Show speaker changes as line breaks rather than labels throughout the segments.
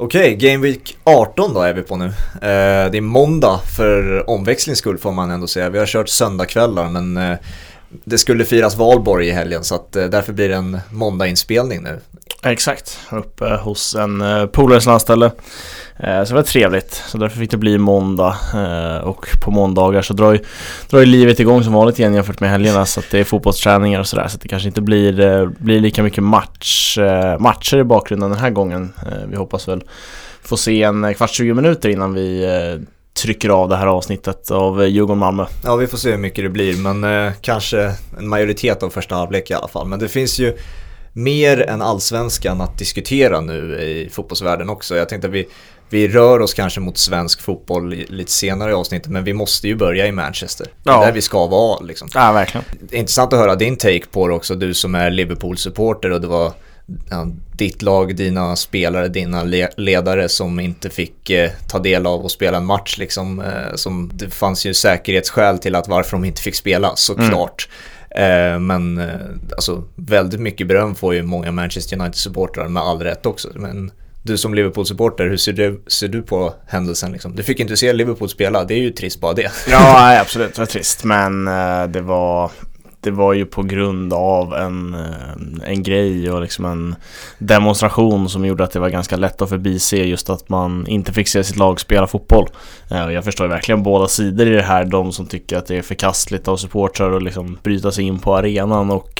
Okej, Game Week 18 då är vi på nu. Det är måndag för omväxlings skull får man ändå säga. Vi har kört söndagkvällar men det skulle firas Valborg i helgen så att därför blir det en måndagsinspelning nu.
Exakt, uppe hos en polares landställe. Så det var trevligt, så därför fick det bli måndag. Och på måndagar så drar ju livet igång som vanligt igen jämfört med helgerna. Så att det är fotbollsträningar och sådär. Så att det kanske inte blir lika mycket matcher i bakgrunden den här gången. Vi hoppas väl få se en kvart 20 minuter innan vi trycker av det här avsnittet av Djurgården-Malmö.
Ja, vi får se hur mycket det blir. Men kanske en majoritet av första halvlek i alla fall. Men det finns ju mer än allsvenskan att diskutera nu i fotbollsvärlden också. Jag tänkte att vi rör oss kanske mot svensk fotboll lite senare i avsnittet, men vi måste ju börja i Manchester. Det är där vi ska vara liksom.
Ja, verkligen.
Det är intressant att höra din take på det också, du som är Liverpool-supporter, och det var ditt lag, dina spelare, dina ledare som inte fick ta del av och spela en match liksom, som det fanns ju säkerhetsskäl till att varför de inte fick spela, såklart. Men alltså, väldigt mycket beröm får ju många Manchester United-supportrar med all rätt också. Men du som Liverpool-supporter, hur ser du på händelsen liksom? Du fick inte se Liverpool spela, det är ju trist bara det.
Ja, absolut, det var trist. Men det var ju på grund av en grej och liksom en demonstration som gjorde att det var ganska lätt att förbise just att man inte fick se sitt lag spela fotboll. Jag förstår verkligen båda sidor i det här. De som tycker att det är förkastligt av supportrar och liksom bryta sig in på arenan och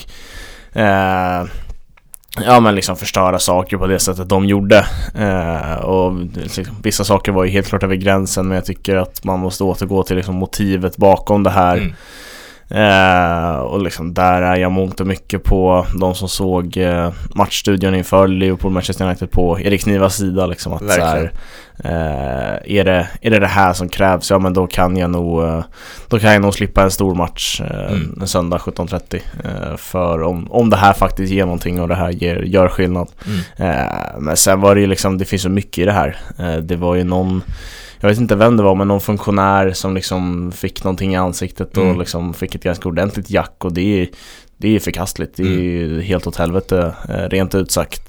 men liksom förstöra saker på det sättet de gjorde. Och liksom, vissa saker var ju helt klart över gränsen, men jag tycker att man måste återgå till liksom motivet bakom det här. Och liksom där är jag mångt och mycket på de som såg matchstudion inför Liverpool Manchester United på Erik Nivas sida liksom, att så här, är det här som krävs, ja men då kan jag nog slippa en stor match en söndag 17:30 för om det här faktiskt ger någonting och det här gör skillnad. Men sen var det ju liksom, det finns så mycket i det här. Det var ju jag vet inte vem det var, men någon funktionär som liksom fick någonting i ansiktet och liksom fick ett ganska ordentligt jack, och det är förkastligt. Det är ju helt åt helvete, rent ut sagt.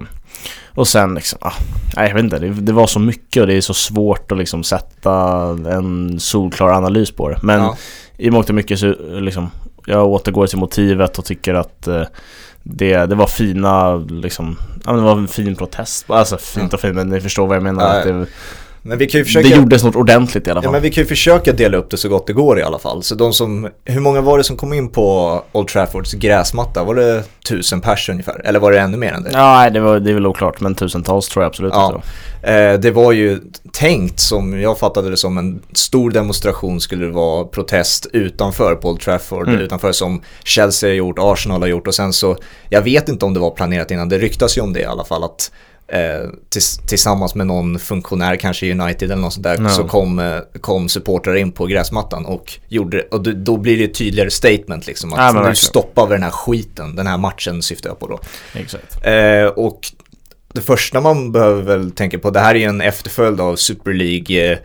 Och sen liksom, jag vet inte, det var så mycket och det är så svårt att liksom sätta en solklar analys på det. Men i mångt och mycket så liksom, jag återgår till motivet och tycker att det var fina liksom, det var en fin protest. Alltså fint och fint, men ni förstår vad jag menar. Att
men vi kan ju försöka,
det gjordes något ordentligt i alla fall.
Ja, men vi kan ju försöka dela upp det så gott det går i alla fall. Så hur många var det som kom in på Old Traffords gräsmatta? Var det 1000 pers ungefär? Eller var det ännu mer än det?
Ja, det är väl oklart, men tusentals tror jag absolut.
Ja. Det var ju tänkt, som jag fattade det som, en stor demonstration skulle det vara, protest utanför på Old Trafford, utanför som Chelsea har gjort, Arsenal har gjort, och sen så, jag vet inte om det var planerat innan, det ryktas ju om det i alla fall, att tillsammans med någon funktionär, kanske United eller något sånt där, så kom supportrar in på gräsmattan och gjorde, och då blir det ett tydligare statement liksom, att nu stoppar vi den här skiten, den här matchen syftar jag på då.
Exakt.
Och det första man behöver väl tänka på, det här är ju en efterföljd av Super League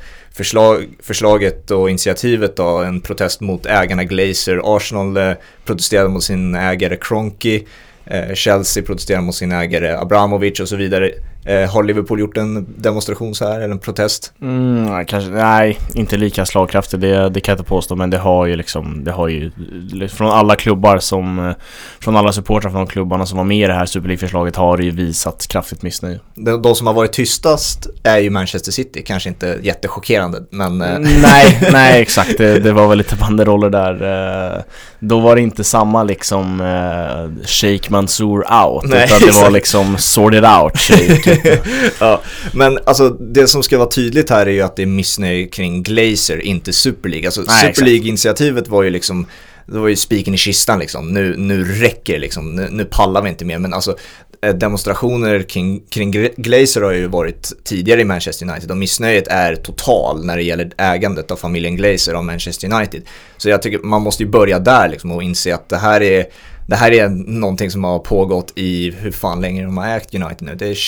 förslaget och initiativet då, en protest mot ägarna Glazer. Arsenal protesterade mot sin ägare Kroenke, Chelsea protesterade mot sin ägare Abramovich och så vidare. Har Liverpool gjort en demonstration så här, eller en protest?
Kanske, nej, inte lika slagkraftigt, det kan jag inte påstå, men det har ju från alla klubbar från alla supportrar från de klubbarna som var med i det här Super League-förslaget har det ju visat kraftigt missnöje.
De som har varit tystast är ju Manchester City, kanske inte jättechockerande, men
nej, exakt, det var väl lite banderoller där. Då var det inte samma liksom Sheikh Mansour out, utan det var liksom sorted out Sheikh.
Ja, men alltså det som ska vara tydligt här är ju att det är missnöje kring Glazer, inte Super League. Alltså Super League-initiativet var ju liksom, det var ju spiken i kistan liksom. Nu räcker liksom, nu pallar vi inte mer. Men alltså demonstrationer kring Glazer har ju varit tidigare i Manchester United, och missnöjet är total när det gäller ägandet av familjen Glazer av Manchester United. Så jag tycker man måste ju börja där liksom, och inse att det här är någonting som har pågått i hur fan länge de har ägt United nu. Det är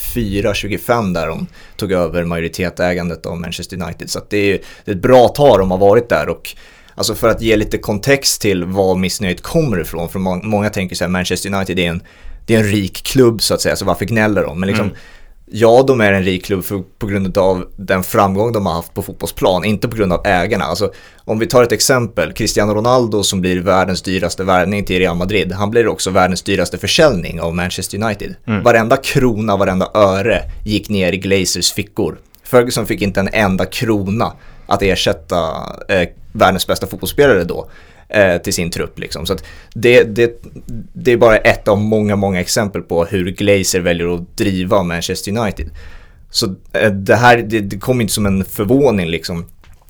24-25 där de tog över majoritetsägandet av Manchester United. Så att det är ett bra tag de har varit där. Och alltså för att ge lite kontext till var missnöjet kommer ifrån, för många tänker så här, Manchester United det är en rik klubb så att säga, så varför gnäller de? Men liksom, ja, de är en rik klubb på grund av den framgång de har haft på fotbollsplan, inte på grund av ägarna. Alltså, om vi tar ett exempel, Cristiano Ronaldo som blir världens dyraste värvning till Real Madrid, han blir också världens dyraste försäljning av Manchester United. Varenda krona, varenda öre gick ner i Glazers fickor. Ferguson fick inte en enda krona att ersätta världens bästa fotbollsspelare då till sin trupp liksom. Så att det är bara ett av många exempel på hur Glazer väljer att driva Manchester United. Så det här det kom inte som en förvåning liksom,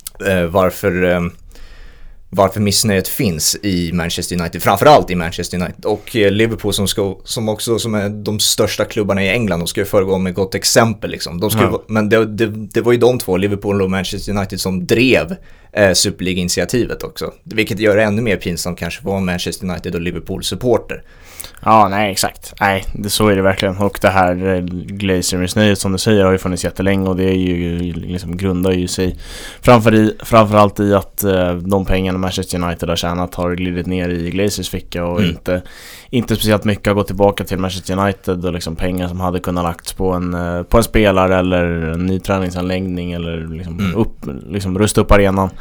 varför missnöjet finns i Manchester United, framförallt i Manchester United och Liverpool som är de största klubbarna i England. De ska ju föregå med ett gott exempel liksom. Men det var ju de två, Liverpool och Manchester United, som drev Super League-initiativet också, vilket gör det ännu mer pinsamt kanske för Manchester United och Liverpool-supporter.
Ja, nej, exakt. Nej, så är det verkligen. Och det här Glazer-missnöjet som du säger har ju funnits jättelänge, och det är ju liksom, grundar ju sig framförallt i att de pengarna Manchester United har tjänat har glidit ner i Glazers ficka och inte speciellt mycket har gått tillbaka till Manchester United, och liksom pengar som hade kunnat lagts på en spelare eller en ny träningsanläggning eller liksom rusta upp arenan.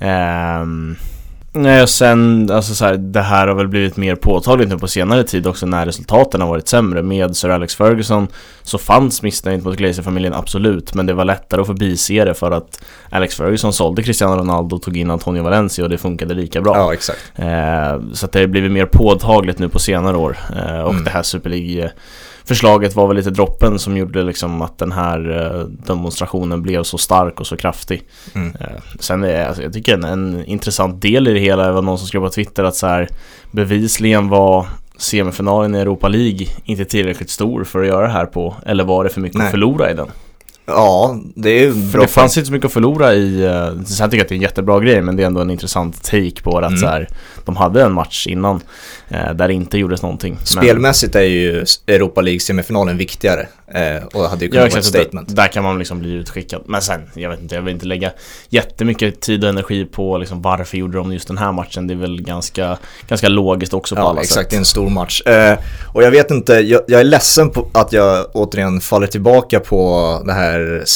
Nej, och sen alltså så här, det här har väl blivit mer påtagligt nu på senare tid också när resultaten har varit sämre. Med Sir Alex Ferguson så fanns missnöjet mot Glazer-familjen absolut, men det var lättare att förbise det för att Alex Ferguson sålde Cristiano Ronaldo och tog in Antonio Valencia, och det funkade lika bra.
Ja, exakt.
Så att det har blivit mer påtagligt nu på senare år, och det här Super League-förslaget var väl lite droppen som gjorde liksom att den här demonstrationen blev så stark och så kraftig. Sen alltså, jag tycker en intressant del i det hela var någon som skrev på Twitter att så här, bevisligen var semifinalen i Europa League inte tillräckligt stor för att göra det här på, eller var det för mycket att förlora i den?
Ja, det är ju
för det fanns inte så mycket att förlora i. Sen tycker jag att det är en jättebra grej, men det är ändå en intressant take på det, att så här, de hade en match innan där det inte gjordes någonting.
Spelmässigt är ju Europa League-semifinalen viktigare, och hade ju kunnat vara ett statement.
Där kan man liksom bli utskickad. Men sen, jag vill inte lägga jättemycket tid och energi på liksom varför gjorde de just den här matchen. Det är väl ganska logiskt också på alla sätt. Exakt,
det är en stor match. Och jag vet inte, jag är ledsen på att jag återigen faller tillbaka på det här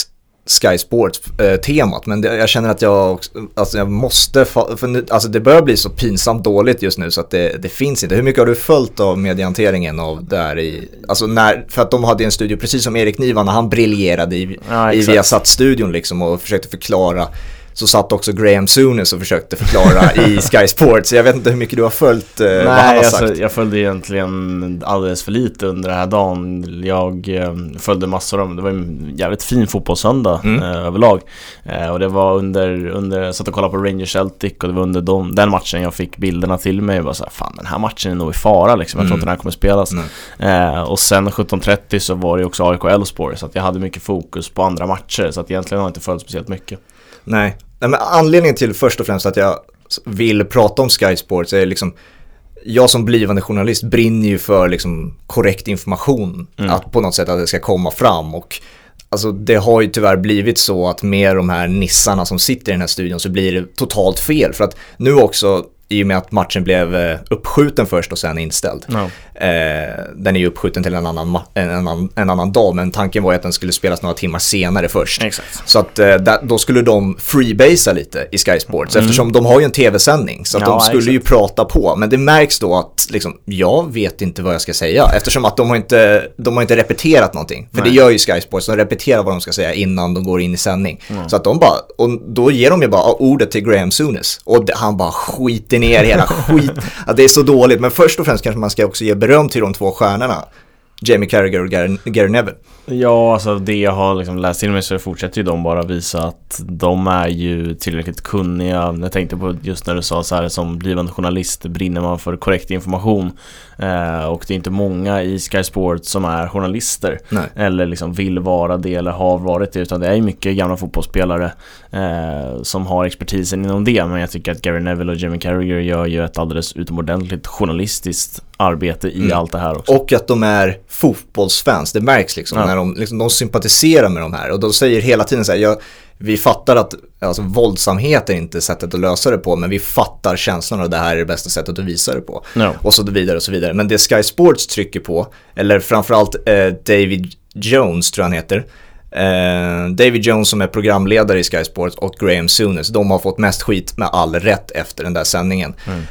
Sky Sports-temat, men jag känner att jag måste, för nu, alltså det börjar bli så pinsamt dåligt just nu så att det finns inte. Hur mycket har du följt av mediehanteringen av där i, alltså för att de hade en studio precis som Erik Niva när han briljerade i Viasat-studion liksom och försökte förklara, så satt också Graham Souness och försökte förklara i Sky Sports. Jag vet inte hur mycket du har följt vad han har sagt.
Alltså, jag följde egentligen alldeles för lite under den här dagen. Jag följde massor av, det var en jävligt fin fotbollssöndag överlag. Och det var under jag satt och kollade på Rangers Celtic, och det var under den matchen jag fick bilderna till mig. Jag var så här, fan, den här matchen är nog i fara liksom. Jag tror inte den här kommer spelas. Och sen 17:30 så var det också AIK Elfsborg, så att jag hade mycket fokus på andra matcher, så att egentligen har jag inte följt speciellt mycket.
Nej, men anledningen till först och främst att jag vill prata om Sky Sports är liksom, jag som blivande journalist brinner ju för liksom korrekt information, att på något sätt att det ska komma fram, och alltså det har ju tyvärr blivit så att med de här nissarna som sitter i den här studion så blir det totalt fel, för att nu också i och med att matchen blev uppskjuten först och sen inställd. Den är ju uppskjuten till en annan dag, men tanken var ju att den skulle spelas några timmar senare först.
Exakt.
Så att då skulle de freebasea lite i Sky Sports, eftersom de har ju en tv-sändning, så att de skulle ju prata på, men det märks då att liksom, jag vet inte vad jag ska säga, eftersom att de har inte repeterat någonting, för det gör ju Sky Sports, de repeterar vad de ska säga innan de går in i sändning. Så att de bara, och då ger de ju bara ordet till Graham Souness, och han bara skiter ner hela skit. Det är så dåligt, men först och främst kanske man ska också ge beröm till de två stjärnorna, Jamie Carragher och Gary Neville.
Ja, alltså det jag har liksom läst till mig, så fortsätter ju de bara visa att de är ju tillräckligt kunniga. Jag tänkte på just när du sa så här, som blivande journalist brinner man för korrekt information, och det är inte många i Sky Sports som är journalister. Nej. Eller liksom vill vara det eller har varit det, utan det är mycket gamla fotbollsspelare som har expertisen inom det. Men jag tycker att Gary Neville och Jamie Carragher gör ju ett alldeles utomordentligt journalistiskt arbete i allt det här också.
Och att de är fotbollsfans, det märks liksom när de sympatiserar med de här, och de säger hela tiden så här, vi fattar att alltså, våldsamhet är inte sättet att lösa det på, men vi fattar känslan och det här är det bästa sättet att visa det på. Och så vidare och så vidare. Men det Sky Sports trycker på, eller framförallt David Jones tror jag han heter. David Jones som är programledare i Sky Sports och Graham Souness, de har fått mest skit med all rätt efter den där sändningen.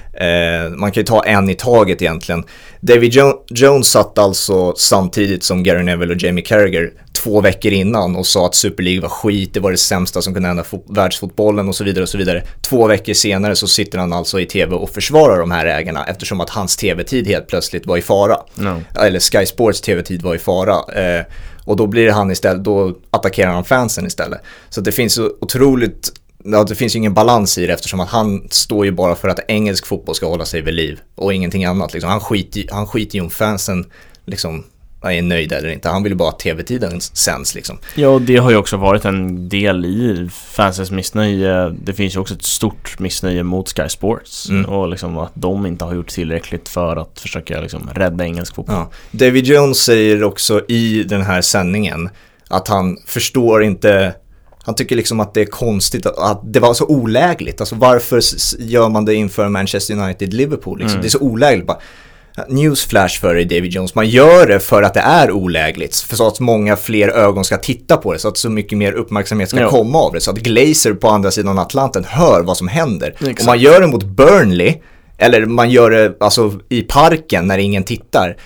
Man kan ju ta en i taget egentligen. David Jones satt alltså samtidigt som Gary Neville och Jamie Carragher 2 veckor innan och sa att Super League var skit, det var det sämsta som kunde hända världsfotbollen och så vidare och så vidare. 2 veckor senare så sitter han alltså i tv och försvarar de här ägarna eftersom att hans tv-tid helt plötsligt var i fara. Eller Sky Sports tv-tid var i fara. Och då blir han istället, då attackerar han fansen istället. Så det finns så otroligt, det finns ju ingen balans i det eftersom att han står ju bara för att engelsk fotboll ska hålla sig vid liv och ingenting annat. Liksom. Han skiter ju om fansen liksom är nöjd eller inte. Han vill ju bara att tv-tiden sänds liksom.
Ja, och det har ju också varit en del i fansens missnöje. Det finns ju också ett stort missnöje mot Sky Sports och liksom att de inte har gjort tillräckligt för att försöka liksom rädda engelsk fotboll. Ja.
David Jones säger också i den här sändningen att han förstår inte, han tycker liksom att det är konstigt att det var så olägligt. Alltså varför gör man det inför Manchester United-Liverpool liksom? Det är så olägligt bara. Newsflash för dig, David Jones. Man gör det för att det är olägligt. För så att många fler ögon ska titta på det. Så att så mycket mer uppmärksamhet ska komma av det. Så att Glazer på andra sidan Atlanten hör vad som händer. Exakt. Om man gör det mot Burnley, eller man gör det alltså i parken när ingen tittar,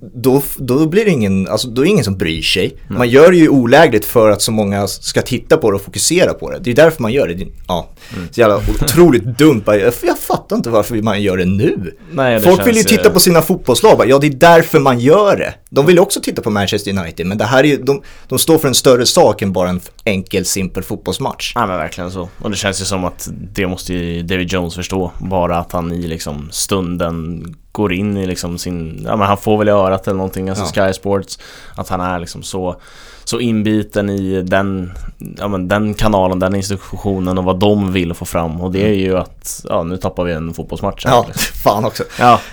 då blir det ingen, alltså då är det ingen som bryr sig. Man gör det ju olägligt för att så många ska titta på det och fokusera på det. Det är därför man gör det. Ja, så jävla otroligt dumt. Jag fattar inte varför man gör det nu.
Nej,
folk vill ju titta på sina fotbollslag. Ja, det är därför man gör det. De vill också titta på Manchester United, men det här är ju, de står för en större sak än bara en enkel, simpel fotbollsmatch.
Ja, men verkligen så. Och det känns ju som att det måste ju David Jones förstå. Bara att han i liksom stunden går in i liksom sin, ja men han får väl i örat eller någonting, alltså Sky Sports, att han är liksom så inbiten i den, ja men den kanalen, den institutionen och vad de vill få fram, och det är ju att nu tappar vi en fotbollsmatch här,
ja,
liksom.
Fan också.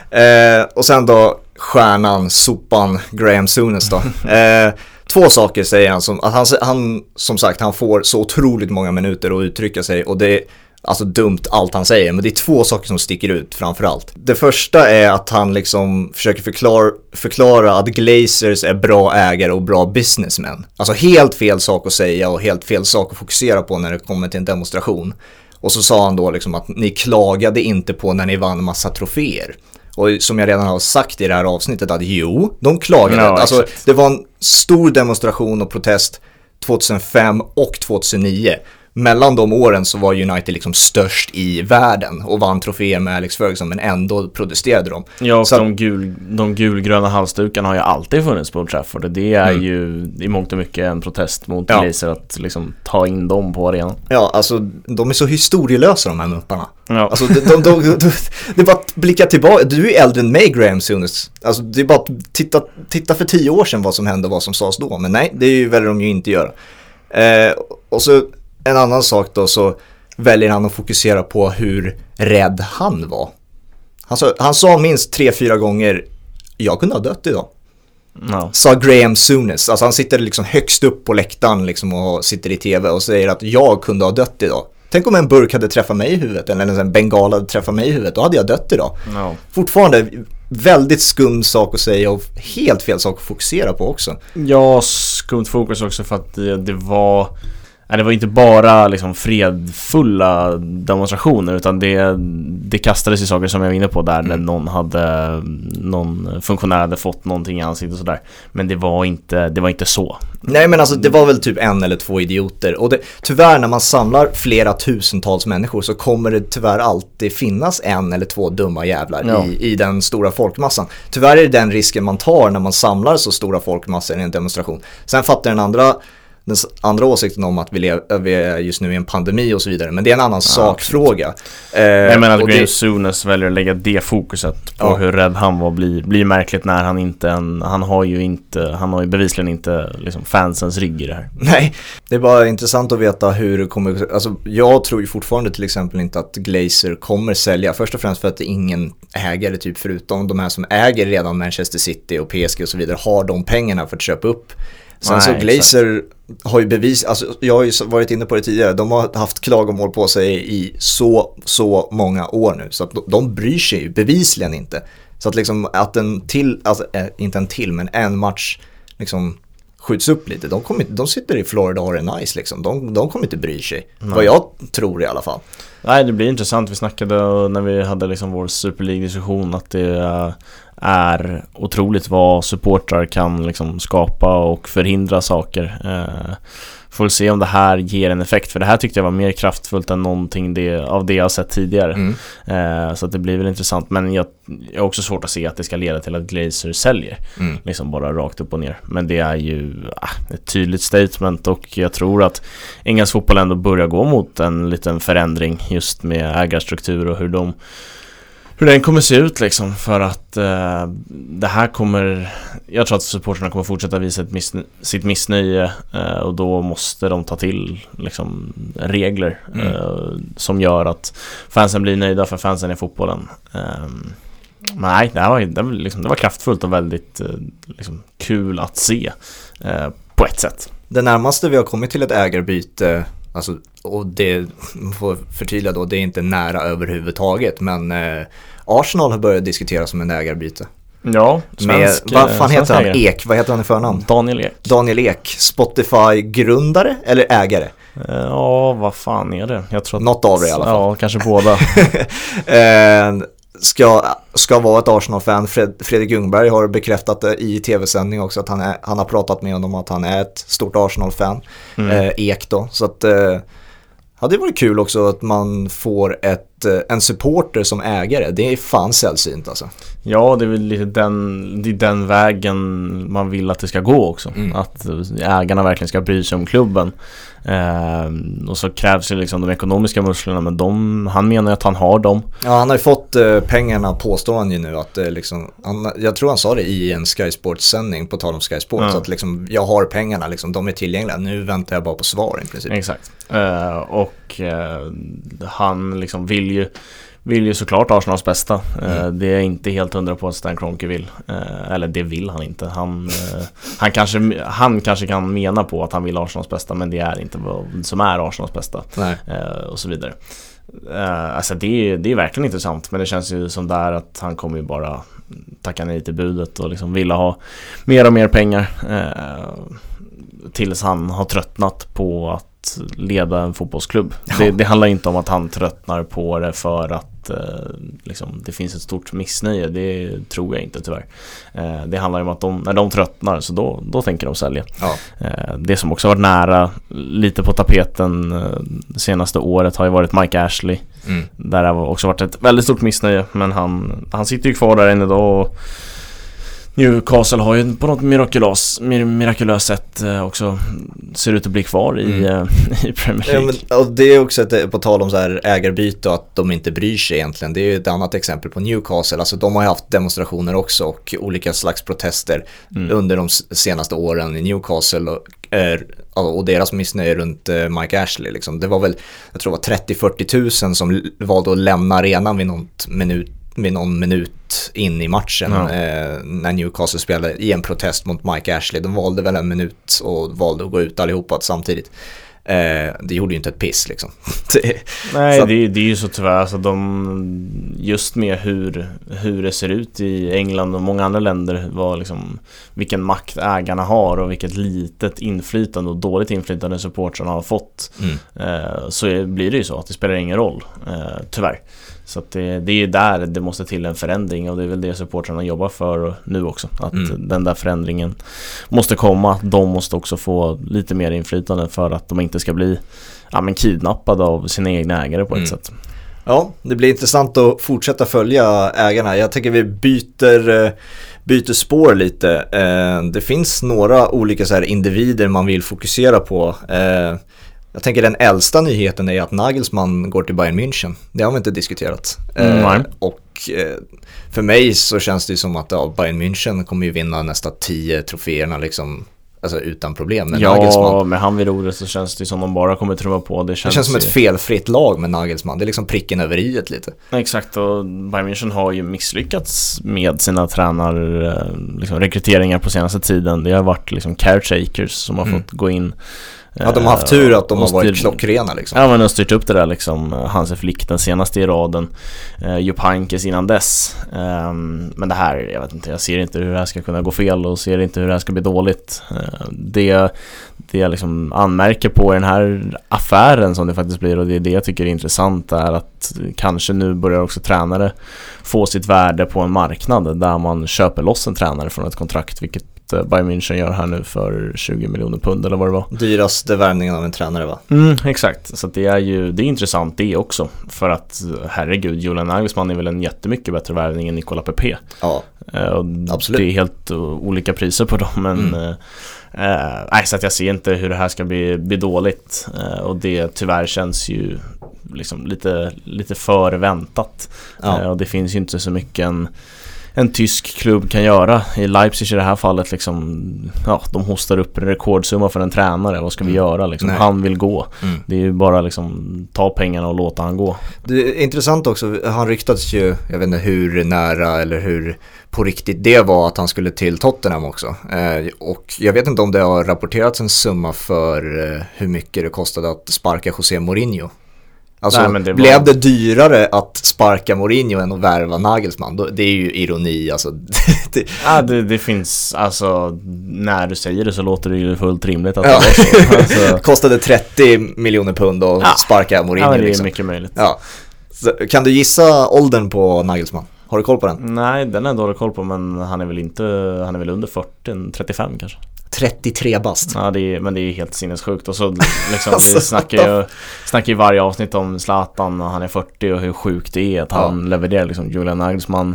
Och sen då stjärnan, sopan Graham Souness då. 2 saker säger han, som att han som sagt, han får så otroligt många minuter att uttrycka sig, och det är alltså dumt allt han säger, men det är 2 saker som sticker ut framförallt. Det första är att han liksom försöker förklara att Glazers är bra ägare och bra businessmen. Alltså helt fel sak att säga och helt fel sak att fokusera på när det kommer till en demonstration. Och så sa han då liksom att ni klagade inte på när ni vann massa troféer. Och som jag redan har sagt i det här avsnittet att de klagade.
Ja,
alltså det var en stor demonstration och protest 2005 och 2009. Mellan de åren så var United liksom störst i världen och vann troféer med Alex Ferguson, men ändå protesterade de.
Ja, och så de gulgröna halsdukarna har ju alltid funnits på Old Trafford, och det är ju i mångt och mycket en protest mot Glazer att liksom ta in dem på arenan. Ja,
alltså de är så historielösa de här mupparna. Ja. Alltså det är bara att blicka tillbaka. Du är äldre än mig, Graham Souness. Alltså det är bara att titta för 10 år sedan vad som hände och vad som sades då. Men nej, det är ju väljer de ju inte göra. Och så en annan sak då, så väljer han att fokusera på hur rädd han var. Han sa minst 3-4 gånger, jag kunde ha dött idag. No. Sa Graham Souness. Alltså han sitter liksom högst upp på läktaren liksom och sitter i tv och säger att jag kunde ha dött idag. Tänk om en burk hade träffat mig i huvudet, eller en bengal hade träffat mig i huvudet, då hade jag dött idag. No. Fortfarande väldigt skum sak att säga och helt fel sak att fokusera på också.
Ja, skumt fokus också för att det var inte bara liksom fredfulla demonstrationer, utan det kastades i saker som jag var inne på där, när någon funktionär hade fått någonting i ansiktet och sådär. Men det var inte så.
Nej, men alltså det var väl typ 1 eller 2 idioter. Och tyvärr när man samlar flera tusentals människor så kommer det tyvärr alltid finnas 1 eller 2 dumma jävlar i den stora folkmassan. Tyvärr är det den risken man tar när man samlar så stora folkmassor i en demonstration. Sen fattar den andra åsikten om att vi är just nu i en pandemi och så vidare, men det är en annan sakfråga.
Jag menar att Graham Souness väljer att lägga det fokuset på hur rädd han var blir märkligt när han har ju bevisligen inte liksom fansens rygg i det här.
Nej, det är bara intressant att veta hur det kommer, alltså jag tror ju fortfarande till exempel inte att Glazer kommer sälja, först och främst för att det är ingen ägare typ förutom de här som äger redan Manchester City och PSG och så vidare har de pengarna för att köpa upp. Sen så Glazer har ju bevis, alltså jag har ju varit inne på det tidigare, de har haft klagomål på sig i så många år nu, så att de bryr sig ju bevisligen inte. Så att liksom att inte en till men en match liksom skjuts upp lite. De sitter i Florida och har det nice liksom. De kommer inte bry sig. Vad jag tror i alla fall.
Nej, det blir intressant. Vi snackade när vi hade liksom vår Super League-diskussion att det är otroligt vad supportrar kan liksom skapa och förhindra saker. Får se om det här ger en effekt, för det här tyckte jag var mer kraftfullt än någonting av det jag sett tidigare. Så att det blir väl intressant, men jag är också svårt att se att det ska leda till att Glazer säljer liksom bara rakt upp och ner. Men det är ju ett tydligt statement, och jag tror att engelsk fotboll ändå börjar gå mot en liten förändring just med ägarstruktur och hur den kommer se ut liksom, för att det här kommer, jag tror att supporterna kommer fortsätta visa sitt missnöje, och då måste de ta till liksom regler som gör att fansen blir nöjda, för fansen i fotbollen. Nej, det var kraftfullt och väldigt liksom kul att se på ett sätt.
Det närmaste vi har kommit till ett ägarbyte, alltså, och det får förtydliga då, det är inte nära överhuvudtaget, men Arsenal har börjat diskutera som en ägarbyte.
Ja,
vad fan heter han? Ek, vad heter han i förnamn? Daniel Ek, Spotify-grundare eller ägare?
Ja, vad fan är det? Jag tror att
något av det i alla fall.
Ja, kanske båda.
Ska vara ett Arsenal-fan. Fredrik Ljungberg har bekräftat det i tv-sändning också, att han har pratat med honom om att han är ett stort Arsenal-fan. Ek då. Så att ja, det varit kul också att man får en supporter som ägare. Det är fan sällsynt alltså.
Ja, det är väl lite den vägen man vill att det ska gå också. Att ägarna verkligen ska bry sig om klubben. Och så krävs ju liksom de ekonomiska musklerna, men han menar att han har dem.
Ja, han har ju fått pengarna, påstår han ju nu, att liksom, jag tror han sa det i en Sky Sports-sändning på tal om Sky Sports, att liksom, jag har pengarna, liksom, de är tillgängliga, nu väntar jag bara på svar i princip.
Exakt. Han liksom vill ju såklart Arsenals bästa. Det är inte helt 100 på att Stan Kroenke vill. Eller det vill han inte. Han kanske kan mena på att han vill Arsenals bästa, men det är inte vad som är Arsenals bästa. Och så vidare. Alltså det är verkligen intressant, men det känns ju som där att han kommer ju bara tacka nej till budet och liksom vilja ha mer och mer pengar tills han har tröttnat på att leda en fotbollsklubb. Det handlar inte om att han tröttnar på det för att liksom, det finns ett stort missnöje. Det tror jag inte tyvärr. Det handlar om att när de tröttnar, så då tänker de sälja. Det som också har varit nära lite på tapeten det senaste året har ju varit Mike Ashley. Där har också varit ett väldigt stort missnöje, men han sitter ju kvar där än idag, och Newcastle har ju på något mirakulöst sätt också ser ut att bli kvar i Premier League.
Ja, och det är också på tal om så här ägarbyte och att de inte bryr sig egentligen. Det är ju ett annat exempel på Newcastle. Alltså de har ju haft demonstrationer också och olika slags protester under de senaste åren i Newcastle och deras missnöje runt Mike Ashley. Liksom. Det var väl, jag tror det var 30-40 000 som valde att lämna arenan vid någon minut in i matchen när Newcastle spelade i en protest mot Mike Ashley. De valde väl en minut och valde att gå ut allihopa samtidigt. Det gjorde ju inte ett piss liksom.
Nej, det är ju så tyvärr. Alltså just med hur det ser ut i England och många andra länder, var liksom, vilken makt ägarna har och vilket litet inflytande och dåligt inflytande supportrarna har fått. Så blir det ju så att det spelar ingen roll, tyvärr. Så att det är ju där det måste till en förändring, och det är väl det supportrarna jobbar för nu också, att den där förändringen måste komma. De måste också få lite mer inflytande för att de inte ska bli kidnappade av sina egna ägare på ett sätt.
Ja, det blir intressant att fortsätta följa ägarna. Jag tänker vi byter spår lite. Det finns några olika så här individer man vill fokusera på. Jag tänker den äldsta nyheten är att Nagelsmann går till Bayern München. Det har vi inte diskuterat. Och för mig så känns det som att Bayern München kommer ju vinna nästan 10 troféerna liksom, alltså utan problem med Nagelsmann.
Med han vid rodret så känns det som de bara kommer trumma på. Det känns
som ett felfritt lag med Nagelsmann. Det är liksom pricken över i lite.
Exakt, och Bayern München har ju misslyckats med sina rekryteringar på senaste tiden. Det har varit liksom caretakers som har fått gå in
Ja, de har haft tur att de har varit klockrena liksom.
Ja, men de har styrt upp det där liksom. Hansi Flick den senaste i raden, Jupp Heynckes innan dess. Men det här, jag vet inte, jag ser inte hur det här ska kunna gå fel och ser inte hur det här ska bli dåligt. Det jag liksom anmärker på i den här affären som det faktiskt blir, och det är det jag tycker är intressant, är att kanske nu börjar också tränare få sitt värde på en marknad där man köper loss en tränare från ett kontrakt, vilket Bayern München gör här nu för 20 miljoner pund eller vad det var.
Dyraste värvningen av en tränare, va?
Exakt, så det är intressant det också, för att herregud, Julian Nagelsmann är väl en jättemycket bättre värvning än Nicolas Pepe.
Ja,
och absolut. Det är helt olika priser på dem, men så att jag ser inte hur det här ska bli dåligt, och det tyvärr känns ju liksom lite förväntat. Och det finns ju inte så mycket en tysk klubb kan göra. I Leipzig i det här fallet liksom, de hostar upp en rekordsumma för en tränare. Vad ska vi göra liksom? Han vill gå. Det är ju bara liksom ta pengarna och låta han gå.
Det är intressant också, han ryktades ju, jag vet inte hur nära eller hur på riktigt det var att han skulle till Tottenham också. Och jag vet inte om det har rapporterats en summa för hur mycket det kostade att sparka José Mourinho. Alltså, blev det dyrare att sparka Mourinho än att värva Nagelsmann? Det är ju ironi, alltså.
Det finns, alltså, när du säger det så låter det ju fullt rimligt att det var så. Alltså.
Kostade 30 miljoner pund att sparka Mourinho.
Ja, det är
liksom
mycket möjligt.
Ja. Så, kan du gissa åldern på Nagelsmann? Har du koll på den?
Nej, den är dålig koll på, men han är väl under 40, 35 kanske.
33 bast.
Ja, men det är helt sinnessjukt. Och så liksom, vi snackar ju varje avsnitt om Zlatan och han är 40 och hur sjukt det är att han levererar liksom. Julian Nagelsmann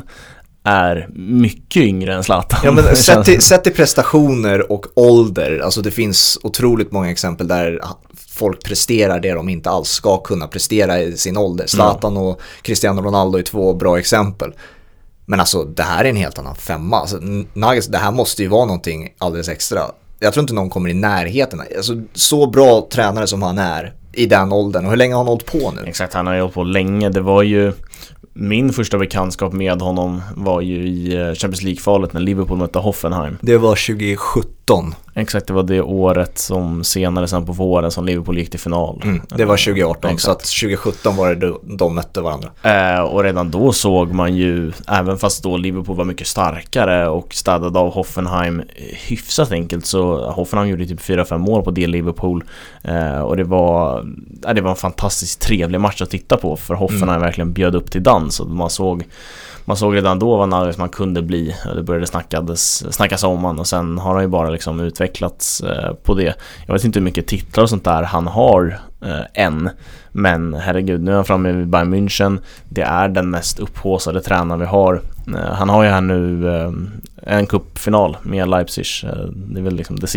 är mycket yngre än Zlatan.
Ja, men sett i prestationer och ålder, alltså det finns otroligt många exempel där folk presterar det de inte alls ska kunna prestera i sin ålder. Zlatan och Cristiano Ronaldo är 2 bra exempel. Men alltså, det här är en helt annan femma. Alltså, det här måste ju vara någonting alldeles extra. Jag tror inte någon kommer i närheten. Alltså, så bra tränare som han är i den åldern. Och hur länge har han hållit på nu?
Exakt, han har hållit på länge. Det var ju min första bekantskap med honom var ju i Champions League-kvalet när Liverpool mötte Hoffenheim.
Det var 2017.
Exakt, det var det året som senare sen på våren som Liverpool gick till final.
Det var 2018, så att 2017 var det de mötte varandra.
Och redan då såg man ju, även fast då Liverpool var mycket starkare och städade av Hoffenheim hyfsat enkelt, så Hoffenheim gjorde typ 4-5 mål på det Liverpool. Och det var en fantastiskt trevlig match att titta på, för Hoffenheim verkligen bjöd upp till dans, och man såg redan då vad Nagelsmann kunde bli. Det började snackas om han, och sen har han ju bara liksom utvecklats på det. Jag vet inte hur mycket titlar och sånt där han har än, men herregud, nu är han framme vid Bayern München. Det är den mest upphaussade tränaren vi har. Han har ju här nu en cupfinal med Leipzig. Det är väl liksom det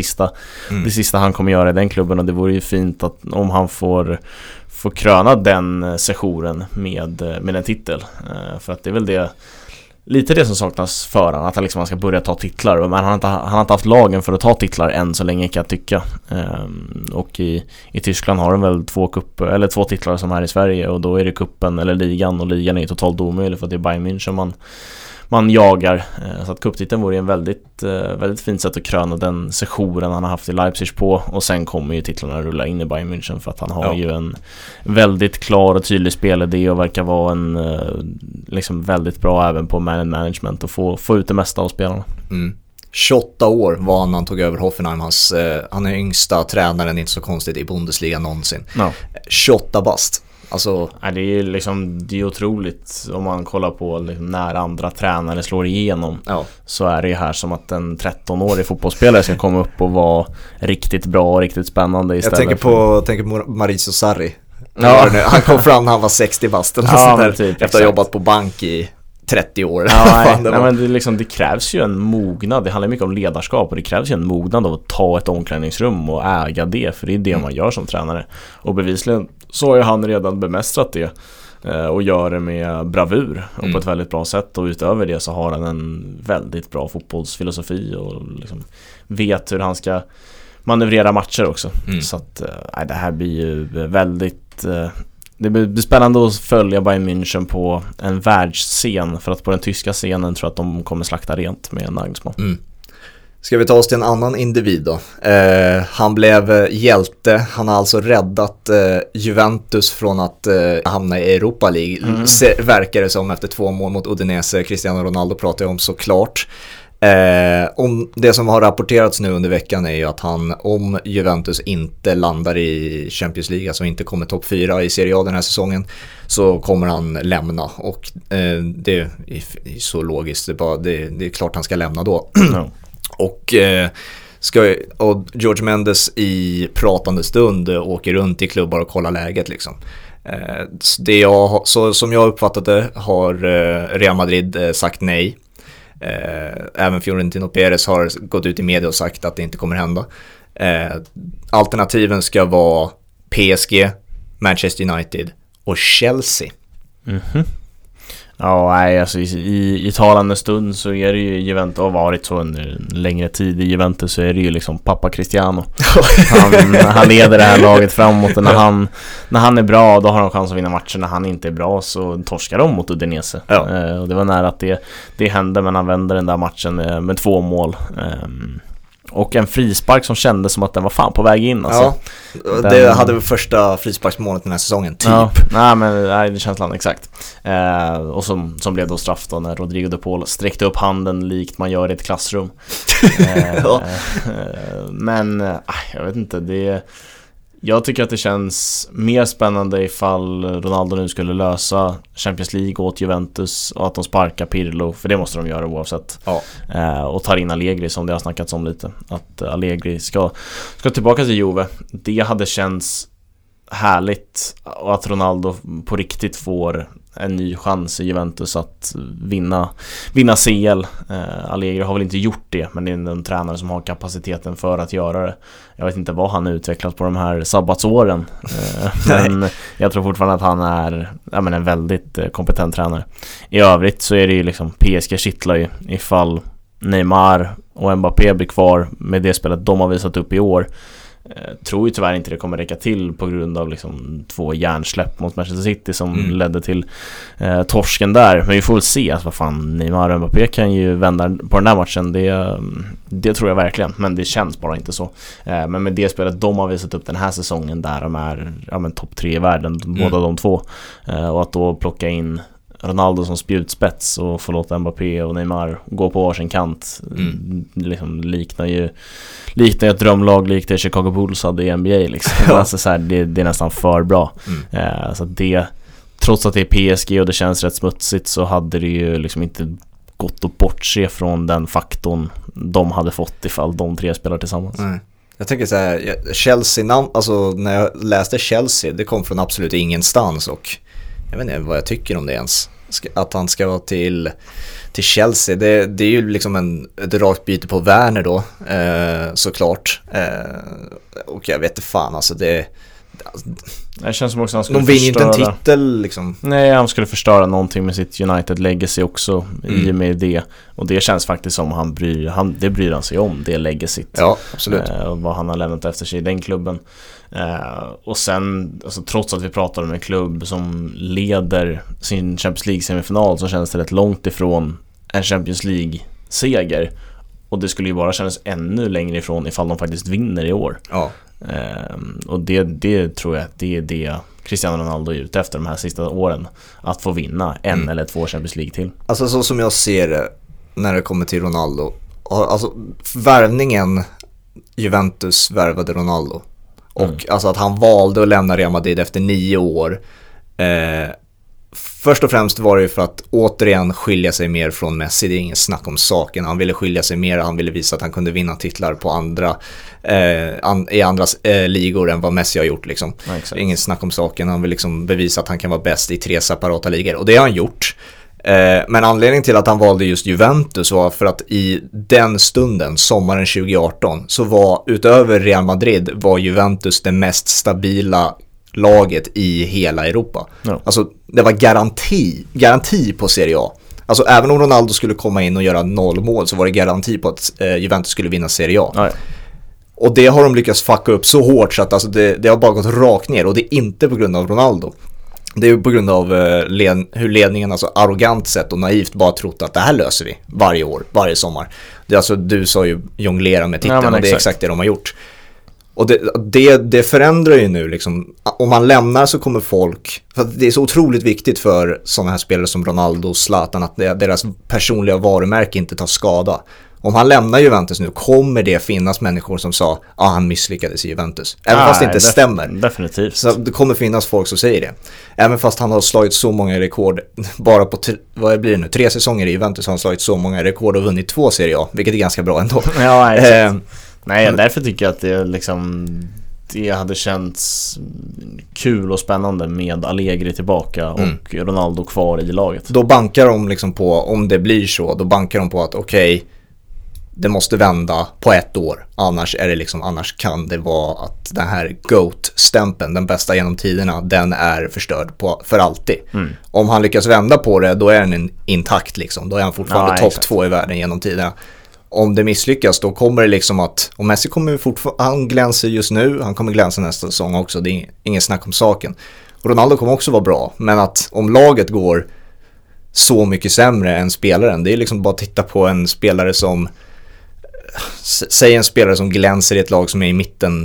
sista han kommer göra i den klubben, och det vore ju fint att om han får kröna den sessionen med en titel, för att det är väl lite det som saknas för han, att han ska börja ta titlar, men han har inte haft lagen för att ta titlar än så länge, kan jag tycka. Och i Tyskland har de väl 2 titlar som här i Sverige, och då är det kuppen eller ligan, och ligan är ju totalt omöjlig för att det är Bayern München man jagar. Så att cuptiteln vore en väldigt fint sätt att kröna den sessionen han har haft i Leipzig på, och sen kommer ju titlarna rulla in i Bayern München, för att han har ju en väldigt klar och tydlig spelidé och verkar vara en liksom väldigt bra även på management och få ut det mesta av spelarna.
28 år var han när han tog över Hoffenheim. Han är yngsta tränaren, inte så konstigt, i Bundesliga någonsin. 28 bast. Alltså,
det är otroligt om man kollar på liksom när andra tränare slår igenom. Så är det ju här som att en 13-årig fotbollsspelare ska komma upp och vara riktigt bra och riktigt spännande istället.
Jag tänker på Maurizio Sarri. Han kom fram när han var 60 bast typ, efter att ha jobbat på bank i 30 år.
Men det krävs ju en mognad. Det handlar mycket om ledarskap, och det krävs ju en mognad av att ta ett omklädningsrum och äga det, för det är det man gör som tränare. Och bevisligen så har ju han redan bemästrat det och gör det med bravur och på ett väldigt bra sätt, och utöver det så har han en väldigt bra fotbollsfilosofi och liksom vet hur han ska manövrera matcher också. Så att det här blir ju väldigt det blir spännande att följa Bayern München på en världsscen, för att på den tyska scenen tror jag att de kommer slakta rent med Nagelsmann.
Ska vi ta oss till en annan individ då? Han blev hjälte. Han har alltså räddat Juventus från att hamna i Europa League. Verkar det som efter 2 mål mot Udinese. Cristiano Ronaldo pratar jag om såklart. Om det som har rapporterats nu under veckan är ju att om Juventus inte landar i Champions League, alltså inte kommer topp 4 i Serie A den här säsongen, så kommer han lämna. Och det är så logiskt, det är klart han ska lämna då. Och George Mendes i pratande stund åker runt i klubbar och kollar läget liksom. Som jag uppfattade har Real Madrid sagt nej. Även Florentino Perez har gått ut i media och sagt att det inte kommer hända. Alternativen ska vara PSG, Manchester United och Chelsea.
Ja, nej, alltså i talande stund så är det ju Juventus, har varit så under en längre tid i Juventus, så är det ju liksom pappa Cristiano. Han leder det här laget framåt, och när han är bra, då har han chans att vinna matcher. När han inte är bra så torskar de mot Udinese. Och det var nära att det hände, men han vände den där matchen med 2 mål. Och en frispark som kändes som att den var fan på väg in alltså.
Ja, det hade väl första frisparksmålet den här säsongen typ.
Nej, det känns exakt. Och som blev då straff då när Rodrigo de Paul sträckte upp handen likt man gör i ett klassrum. Men jag vet inte, jag tycker att det känns mer spännande ifall Ronaldo nu skulle lösa Champions League åt Juventus och att de sparkar Pirlo, för det måste de göra oavsett. Och tar in Allegri, som det har snackats om lite, att Allegri ska tillbaka till Juve. Det hade känts härligt, och att Ronaldo på riktigt får en ny chans i Juventus att vinna CL. Allegri har väl inte gjort det, men det är en tränare som har kapaciteten för att göra det. Jag vet inte vad han har utvecklat på de här sabbatsåren, men jag tror fortfarande att han är en väldigt kompetent tränare. I övrigt så är det ju liksom PSG kittlar ju ifall Neymar och Mbappé blir kvar med det spelet de har visat upp i år. Tror ju tyvärr inte det kommer räcka till på grund av liksom 2 hjärnsläpp mot Manchester City som ledde till torsken där. Men vi får väl se, alltså, vad fan, Neymar och Mbappé kan ju vända på den där matchen. Det tror jag verkligen, men det känns bara inte så. Men med det spelet de har visat upp den här säsongen, där de är topp 3 i världen, båda de två, och att då plocka in Ronaldo som spjutspets och få låta Mbappé och Neymar gå på varsin kant, liksom liknar ju ett drömlag, likt det Chicago Bulls hade i NBA liksom. Alltså, så här, det är nästan för bra. Så det, trots att det är PSG och det känns rätt smutsigt, så hade det ju liksom inte gått att bortse från den faktorn de hade fått ifall de 3 spelar tillsammans.
Jag tänker så här, Chelsea, alltså när jag läste Chelsea, det kom från absolut ingenstans, och jag vet inte vad jag tycker om det ens. Att han ska vara till Chelsea, det är ju liksom ett rakt byte på Werner då, såklart. Och jag vet inte fan, alltså det
känns som också han skulle
vinner inte en titel liksom.
Nej, han skulle förstöra någonting med sitt United legacy också i och med det. Och det känns faktiskt som det bryr han sig om, det legacyt.
Ja, absolut.
Och vad han har lämnat efter sig i den klubben. Och sen, alltså, trots att vi pratar om en klubb som leder sin Champions League-semifinal, så känns det rätt långt ifrån en Champions League-seger. Och det skulle ju bara kännas ännu längre ifrån ifall de faktiskt vinner i år.
Ja.
Och det tror jag, det är det Cristiano Ronaldo är ute efter de här sista åren, att få vinna en eller 2 Champions League till.
Alltså, så som jag ser det när det kommer till Ronaldo, alltså värvningen Juventus värvade Ronaldo, och alltså att han valde att lämna Real Madrid efter 9 år, först och främst var det ju för att återigen skilja sig mer från Messi. Det är ingen snack om saken. Han ville skilja sig mer, han ville visa att han kunde vinna titlar på i andra ligor än vad Messi har gjort liksom.
Ja,
ingen snack om saken. Han vill liksom bevisa att han kan vara bäst i 3 separata ligor, och det har han gjort. Men anledningen till att han valde just Juventus var för att i den stunden, sommaren 2018, så var utöver Real Madrid var Juventus det mest stabila laget i hela Europa. Ja. Alltså det var garanti på Serie A. Alltså även om Ronaldo skulle komma in och göra 0 mål, så var det garanti på att Juventus skulle vinna Serie A. Ja. Och det har de lyckats fucka upp så hårt så att alltså det har bara gått rakt ner, och det är inte på grund av Ronaldo. Det är ju på grund av hur ledningen alltså arrogant sett och naivt bara trott att det här löser vi varje år, varje sommar. Det är alltså, du sa ju jonglera med titeln, och det är exakt det de har gjort. Och det förändrar ju nu liksom. Om man lämnar så kommer folk, för att det är så otroligt viktigt för sådana här spelare som Ronaldo och Zlatan att deras personliga varumärke inte tar skada. Om han lämnar Juventus nu kommer det finnas människor som sa han misslyckades i Juventus. Även fast det inte stämmer.
Definitivt.
Så det kommer finnas folk som säger det. Även fast han har slagit så många rekord bara på, vad blir det nu, 3 säsonger i Juventus har han slagit så många rekord och vunnit 2 Serie A, vilket är ganska bra ändå.
Ja, nej, därför tycker jag att det liksom, det hade känts kul och spännande med Allegri tillbaka och Ronaldo kvar i laget. Då
bankar de liksom på, om det blir så, då bankar de på att okej, det måste vända på 1 år. Annars kan det vara att den här GOAT-stämpeln, den bästa genom tiderna, den är förstörd för alltid. Om han lyckas vända på det, då är den intakt liksom. Då är han fortfarande topp 2 i världen genom tiderna. Om det misslyckas, då kommer det liksom att, och Messi kommer fortfarande, han glänser just nu, han kommer glänsa nästa säsong också, det är ingen snack om saken. Och Ronaldo kommer också vara bra, men att om laget går så mycket sämre än spelaren, det är liksom bara att titta på en spelare som, säg en spelare som glänser i ett lag som är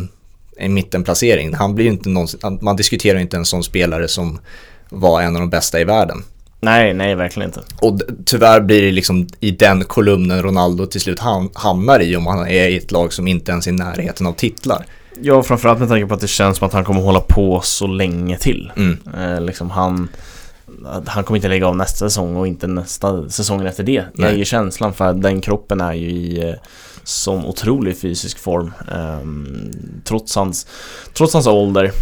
i mittenplacering. Han blir ju inte man diskuterar inte en sån spelare som var en av de bästa i världen.
Nej, verkligen inte.
Och tyvärr blir det liksom i den kolumnen Ronaldo till slut hamnar i, om han är i ett lag som inte ens är i närheten av titlar.
Ja, framförallt med tanke på att det känns som att han kommer hålla på så länge till. Liksom han kommer inte lägga av nästa säsong och inte nästa säsongen efter det. Det är ju känslan, för att den kroppen är ju i som otrolig fysisk form trots hans ålder.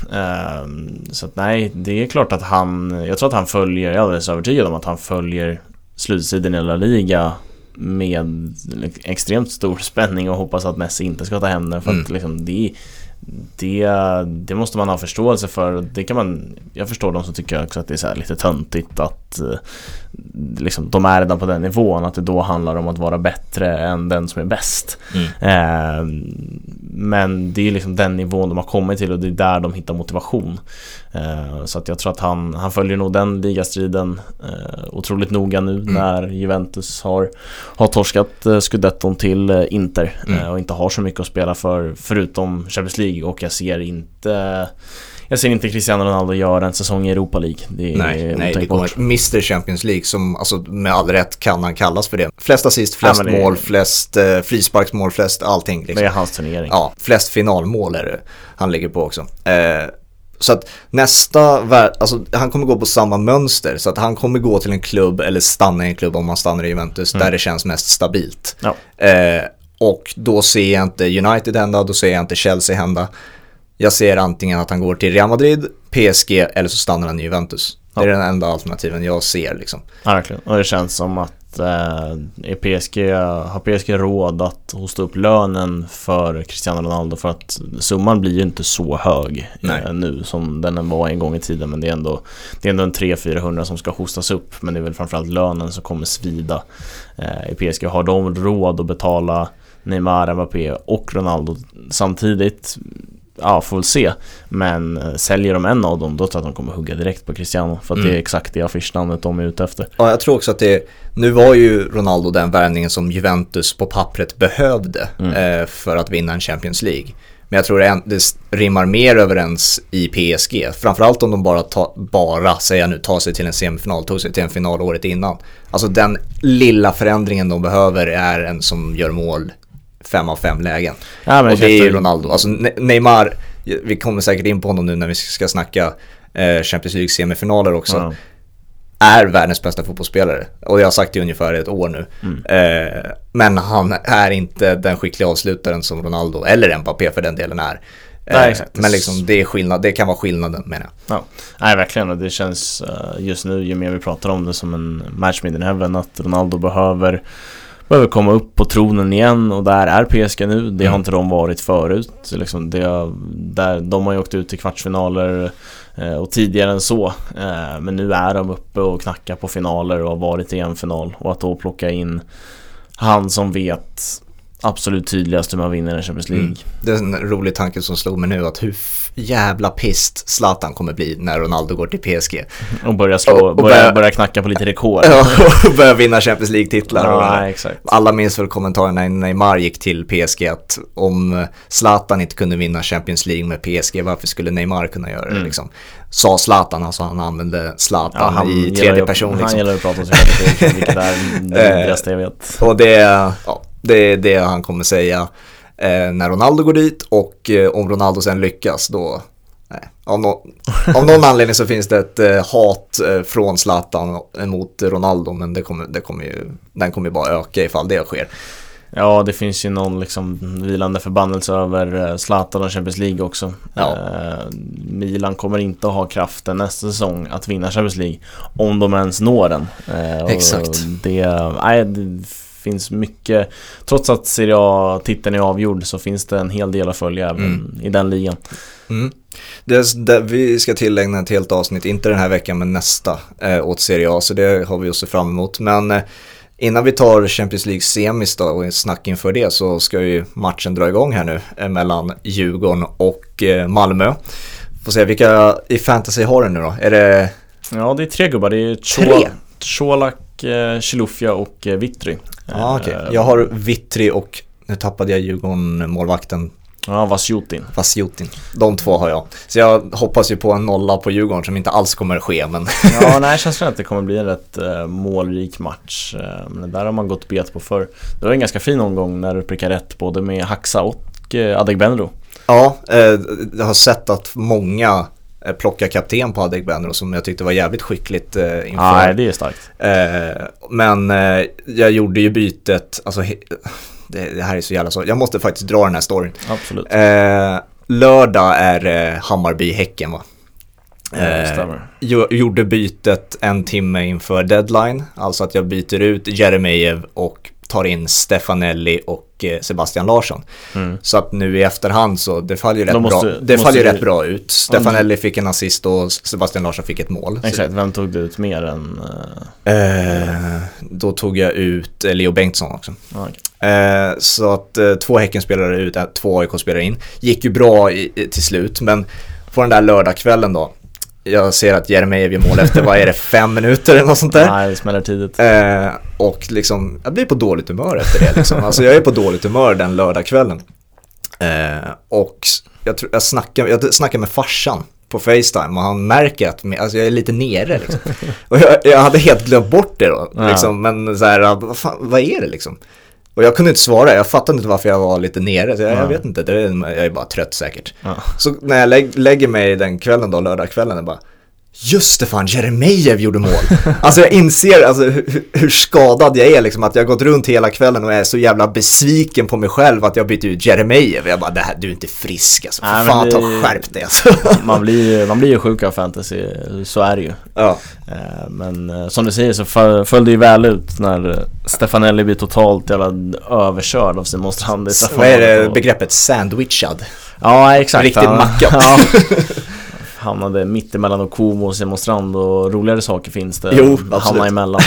Så att nej, det är klart att jag tror att han följer, jag är alldeles övertygad om att han följer slutsidan i La Liga med extremt stor spänning och hoppas att Messi inte ska ta hem den, för att liksom det måste man ha förståelse för. Jag förstår de som tycker också att det är så här lite töntigt att liksom, de är redan på den nivån, att det då handlar om att vara bättre än den som är bäst. Men det är liksom den nivån de har kommit till, och det är där de hittar motivation. Så att jag tror att han följer nog den ligastriden otroligt noga nu när Juventus har torskat Scudetton till Inter och inte har så mycket att spela för förutom Champions League, och jag ser inte Cristiano Ronaldo göra en säsong i Europa League. Nej,
det går Mr. Champions League, som alltså med all rätt kan han kallas för det. Flest assist, flest mål, flest frisparksmål, flest allting liksom.
Det är hans turnering.
Ja, flest finalmål är det han ligger på också. Så att alltså han kommer gå på samma mönster, så att han kommer gå till en klubb eller stanna i en klubb, om han stannar i Juventus, där det känns mest stabilt.
Ja.
Och då ser jag inte United hända, då ser jag inte Chelsea hända. Jag ser antingen att han går till Real Madrid, PSG, eller så stannar han i Juventus. Det är den enda alternativen jag ser liksom.
Ja, verkligen. Och det känns som att har PSG råd att hosta upp lönen för Cristiano Ronaldo, för att summan blir ju inte så hög nu som den var en gång i tiden, men det är ändå en 300-400 som ska hostas upp, men det är väl framförallt lönen som kommer svida. I PSG har de råd att betala Neymar, Mbappé och Ronaldo samtidigt. Ja, får väl se. Men säljer de en av dem, då tror jag att de kommer hugga direkt på Cristiano, för att det är exakt det affischnamnet de är ute efter. Ja,
jag tror också att nu var ju Ronaldo den värvningen som Juventus på pappret behövde för att vinna en Champions League. Men jag tror det rimmar mer överens i PSG. Framförallt om de tar sig till en semifinal, tog sig till en final året innan. Alltså den lilla förändringen de behöver är en som gör mål 5 av 5 lägen. Ja, men och det är ju Ronaldo. Alltså Neymar, vi kommer säkert in på honom nu när vi ska snacka Champions League semifinaler också. Är världens bästa fotbollsspelare. Och jag har sagt det i ungefär ett år nu. Men han är inte den skickliga avslutaren som Ronaldo eller Mbappé för den delen är. Nej, men liksom det är skillnad, det kan vara skillnaden, menar jag.
Ja, nej, verkligen, och det känns just nu, ju mer vi pratar om det, som en match made in heaven, att Ronaldo behöver komma upp på tronen igen, och där är PSG nu. Det har inte de varit förut liksom. De har ju åkt ut till kvartsfinaler och tidigare än så, men nu är de uppe och knackar på finaler och har varit i en final, och att då plocka in han som vet absolut tydligast hur man vinner en Champions League.
Det är en rolig tanke som slog mig nu, att hur jävla pist Zlatan kommer bli när Ronaldo går till PSG.
Och börja knacka på lite rekord.
Ja, och börja vinna Champions League-titlar.
Ja, exakt.
Alla minns väl kommentaren när Neymar gick till PSG att om Zlatan inte kunde vinna Champions League med PSG, varför skulle Neymar kunna göra det liksom? Sa Zlatan, alltså han använde Zlatan i tredje person liksom.
Han gillar att prata om sig själv, vilket är det viktigaste jag vet.
Och det är det han kommer säga när Ronaldo går dit, och om Ronaldo sen lyckas då, av någon anledning så finns det ett hat från Zlatan mot Ronaldo, men den kommer ju bara öka ifall det sker.
Ja, det finns ju någon liksom vilande förbannelse över Zlatan och Champions League också.
Ja.
Milan kommer inte att ha kraften nästa säsong att vinna Champions League om de ens når den.
Exakt.
Det finns mycket, trots att Serie A-titeln är avgjord, så finns det en hel del att följa i den ligan.
Vi ska tillägna ett helt avsnitt, inte den här veckan men nästa, åt Serie A, så det har vi också fram emot. Men innan vi tar Champions League semis då, och snack inför det, så ska ju matchen dra igång här nu mellan Djurgården och Malmö. Får se vilka i fantasy har den nu då. Är det...
Ja, det är 3 gubbar. Det är Colak, Chilufya och Vittry.
Okay. Jag har Vittry och nu tappade jag Djurgården-målvakten.
Ja, Vasjutin.
De två har jag. Så jag hoppas ju på en nolla på Djurgården som inte alls kommer att ske. Men
ja, nej, känns det att det kommer bli en rätt målrik match. Men där har man gått bet på förr. Det var en ganska fin omgång när du prickar rätt både med Haxa och Adegbenro. Ja,
jag har sett att många plocka kapten på Adegbenro som jag tyckte var jävligt skickligt inför.
Nej, det är starkt.
Men jag gjorde ju bytet, alltså det här är så jävla så. Jag måste faktiskt dra den här storyn.
Absolut.
Lördag är Hammarby-Häcken, va? Gjorde bytet en timme inför deadline. Alltså att jag byter ut Jeremejeff och tar in Stefanelli och Sebastian Larsson. Så att nu i efterhand så det faller ju rätt bra ut. Stefanelli fick en assist och Sebastian Larsson fick ett mål.
Exakt, vem tog du ut mer än?
Då tog jag ut Leo Bengtsson också.
Okay.
Så att 2 Häckenspelare ut, 2 AIK-spelare in. Gick ju bra till slut, men på den där lördagskvällen då, jag ser att Jeremejeff gör mål efter, vad är det, 5 minuter eller något sånt där?
Nej, det smäller tidigt.
Och liksom, jag blir på dåligt humör efter det liksom. Alltså jag är på dåligt humör den lördagskvällen. Och jag snackar med farsan på FaceTime och han märker att alltså jag är lite nere liksom. Och jag hade helt glömt bort det då liksom, men så här, vad är det liksom? Och jag kunde inte svara, jag fattade inte varför jag var lite nere. Så jag vet inte, jag är bara trött säkert. Så när jag lägger mig den kvällen då, lördagskvällen, jag bara, just det, fan, Jeremejeff gjorde mål. Alltså jag inser alltså, hur skadad jag är liksom, att jag har gått runt hela kvällen och är så jävla besviken på mig själv att jag bytt ut Jeremejeff. Jag bara, du är inte frisk alltså, för fan, ta skärp dig alltså.
man blir ju sjuk av fantasy, så är det ju.
Ja.
Men som du säger så föll det ju väl ut när Stefanelli blir totalt jävla överkörd av Simon Strand.
Vad är det begreppet? Sandwichad?
Ja, exakt.
Riktigt mackat.
Ja. Hamnade mitt emellan och Como och Simon Strand, och roligare saker finns det.
Jo,
hamna emellan.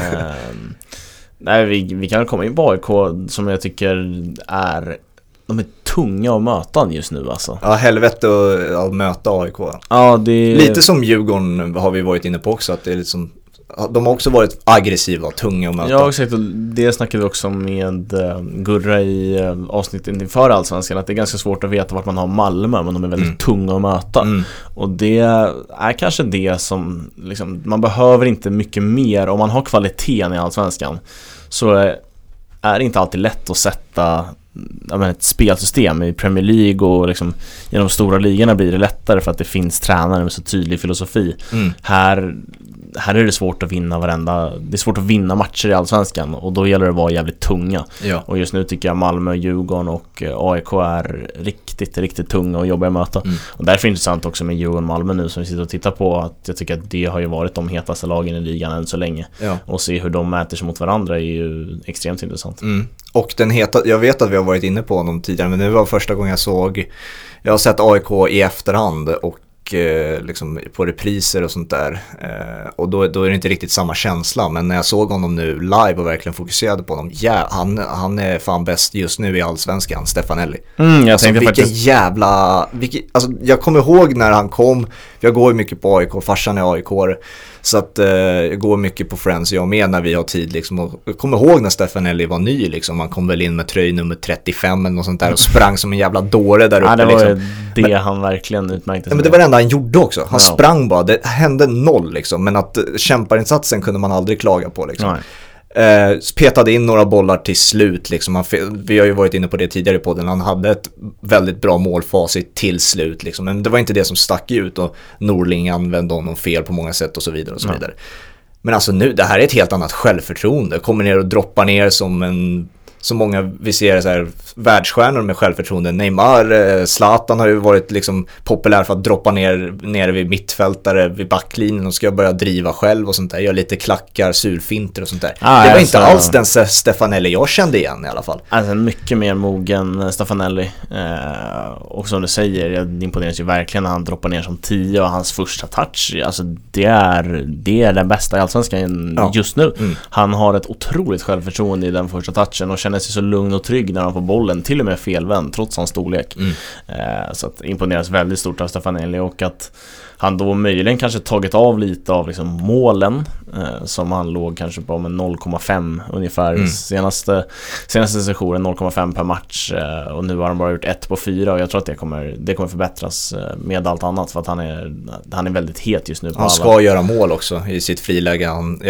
Nej, vi kan komma in på AIK som jag tycker de är tunga att möta just nu alltså. Ja,
helvete att möta AIK.
Ja,
lite som Djurgården har vi varit inne på också, att det är liksom, de har också varit aggressiva och tunga att möta.
Ja, exakt. Det snackade vi också med Gurra i avsnittet inför Allsvenskan, att det är ganska svårt att veta vart man har Malmö, men de är väldigt tunga att möta. Och det är kanske det som liksom, man behöver inte mycket mer. Om man har kvaliteten i Allsvenskan så är det inte alltid lätt att sätta ett spelsystem i Premier League, och liksom, i de stora ligorna blir det lättare för att det finns tränare med så tydlig filosofi. Här är det svårt att vinna det är svårt att vinna matcher i Allsvenskan, och då gäller det att vara jävligt tunga.
Ja.
Och just nu tycker jag Malmö, Djurgården och AIK är riktigt tunga och jobbiga att möta. Och därför är det intressant också med Djurgården och Malmö nu som vi sitter och tittar på, att jag tycker att det har ju varit de hetaste lagen i ligan än så länge. Ja. Och se hur de mäter sig mot varandra är ju extremt intressant.
Och jag vet att vi har varit inne på honom tidigare, men nu var första gången jag har sett AIK i efterhand, och liksom på repriser och sånt där. Och då är det inte riktigt samma känsla. Men när jag såg honom nu live och verkligen fokuserade på honom, han är fan bäst just nu i Allsvenskan, Stefanelli. Jag kommer ihåg när han kom, jag går ju mycket på AIK, farsan är AIK-are. Så att jag går mycket på Friends, jag med när vi har tid liksom, och jag kommer ihåg när Stefanelli var ny liksom, han kom väl in med tröj nummer 35 eller något sånt där och sprang som en jävla dåre där uppe.
Ja, det var
liksom.
det han verkligen utmärkte sig.
Men det var det enda han gjorde också, han sprang bara, det hände noll liksom, men att kämparinsatsen kunde man aldrig klaga på liksom. Petade in några bollar till slut liksom. Vi har ju varit inne på det tidigare på den. Han hade ett väldigt bra målfacit till slut liksom. Men det var inte det som stack ut, och Norling använde honom fel på många sätt och så vidare och så vidare. Men alltså nu, det här är ett helt annat självförtroende. Kommer ner och droppar ner som många vi ser så här, världsstjärnor med självförtroende. Neymar, Zlatan har ju varit liksom populär för att droppa ner vid mittfältare, vid backlinjen, och ska börja driva själv och sånt där. Gör lite klackar, surfinter och sånt där. Det var inte alls den Stefanelli jag kände igen i alla fall.
Alltså mycket mer mogen Stefanelli. Och som du säger, jag imponeras ju verkligen när han droppar ner som 10 och hans första touch. Alltså det är den bästa i Allsvenskan just nu. Han har ett otroligt självförtroende i den första touchen och känner sig så lugn och trygg när han får bollen, till och med felvänd trots hans storlek. Så att imponeras väldigt stort av Stefanelli, och att han då möjligen kanske tagit av lite av liksom målen som han låg kanske på med 0,5 ungefär senaste sessionen, 0,5 per match, och nu har han bara gjort 1 på 4, och jag tror att det kommer förbättras med allt annat, för att han är väldigt het just nu på
han ska göra mål också i sitt friläge.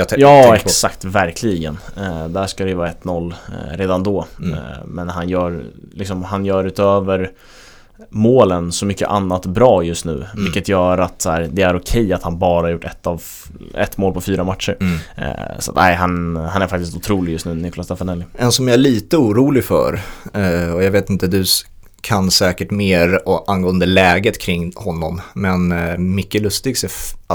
Exakt, verkligen. Där ska det vara 1-0 redan då. Men han gör utöver målen så mycket annat bra just nu, vilket gör att så här, det är okej att han bara gjort ett mål på 4 matcher. Så att, han är faktiskt otrolig just nu, Nicolas Stefanelli. En
som jag är lite orolig för, och jag vet inte, du kan säkert mer angående läget kring honom, men Micke Lustig ser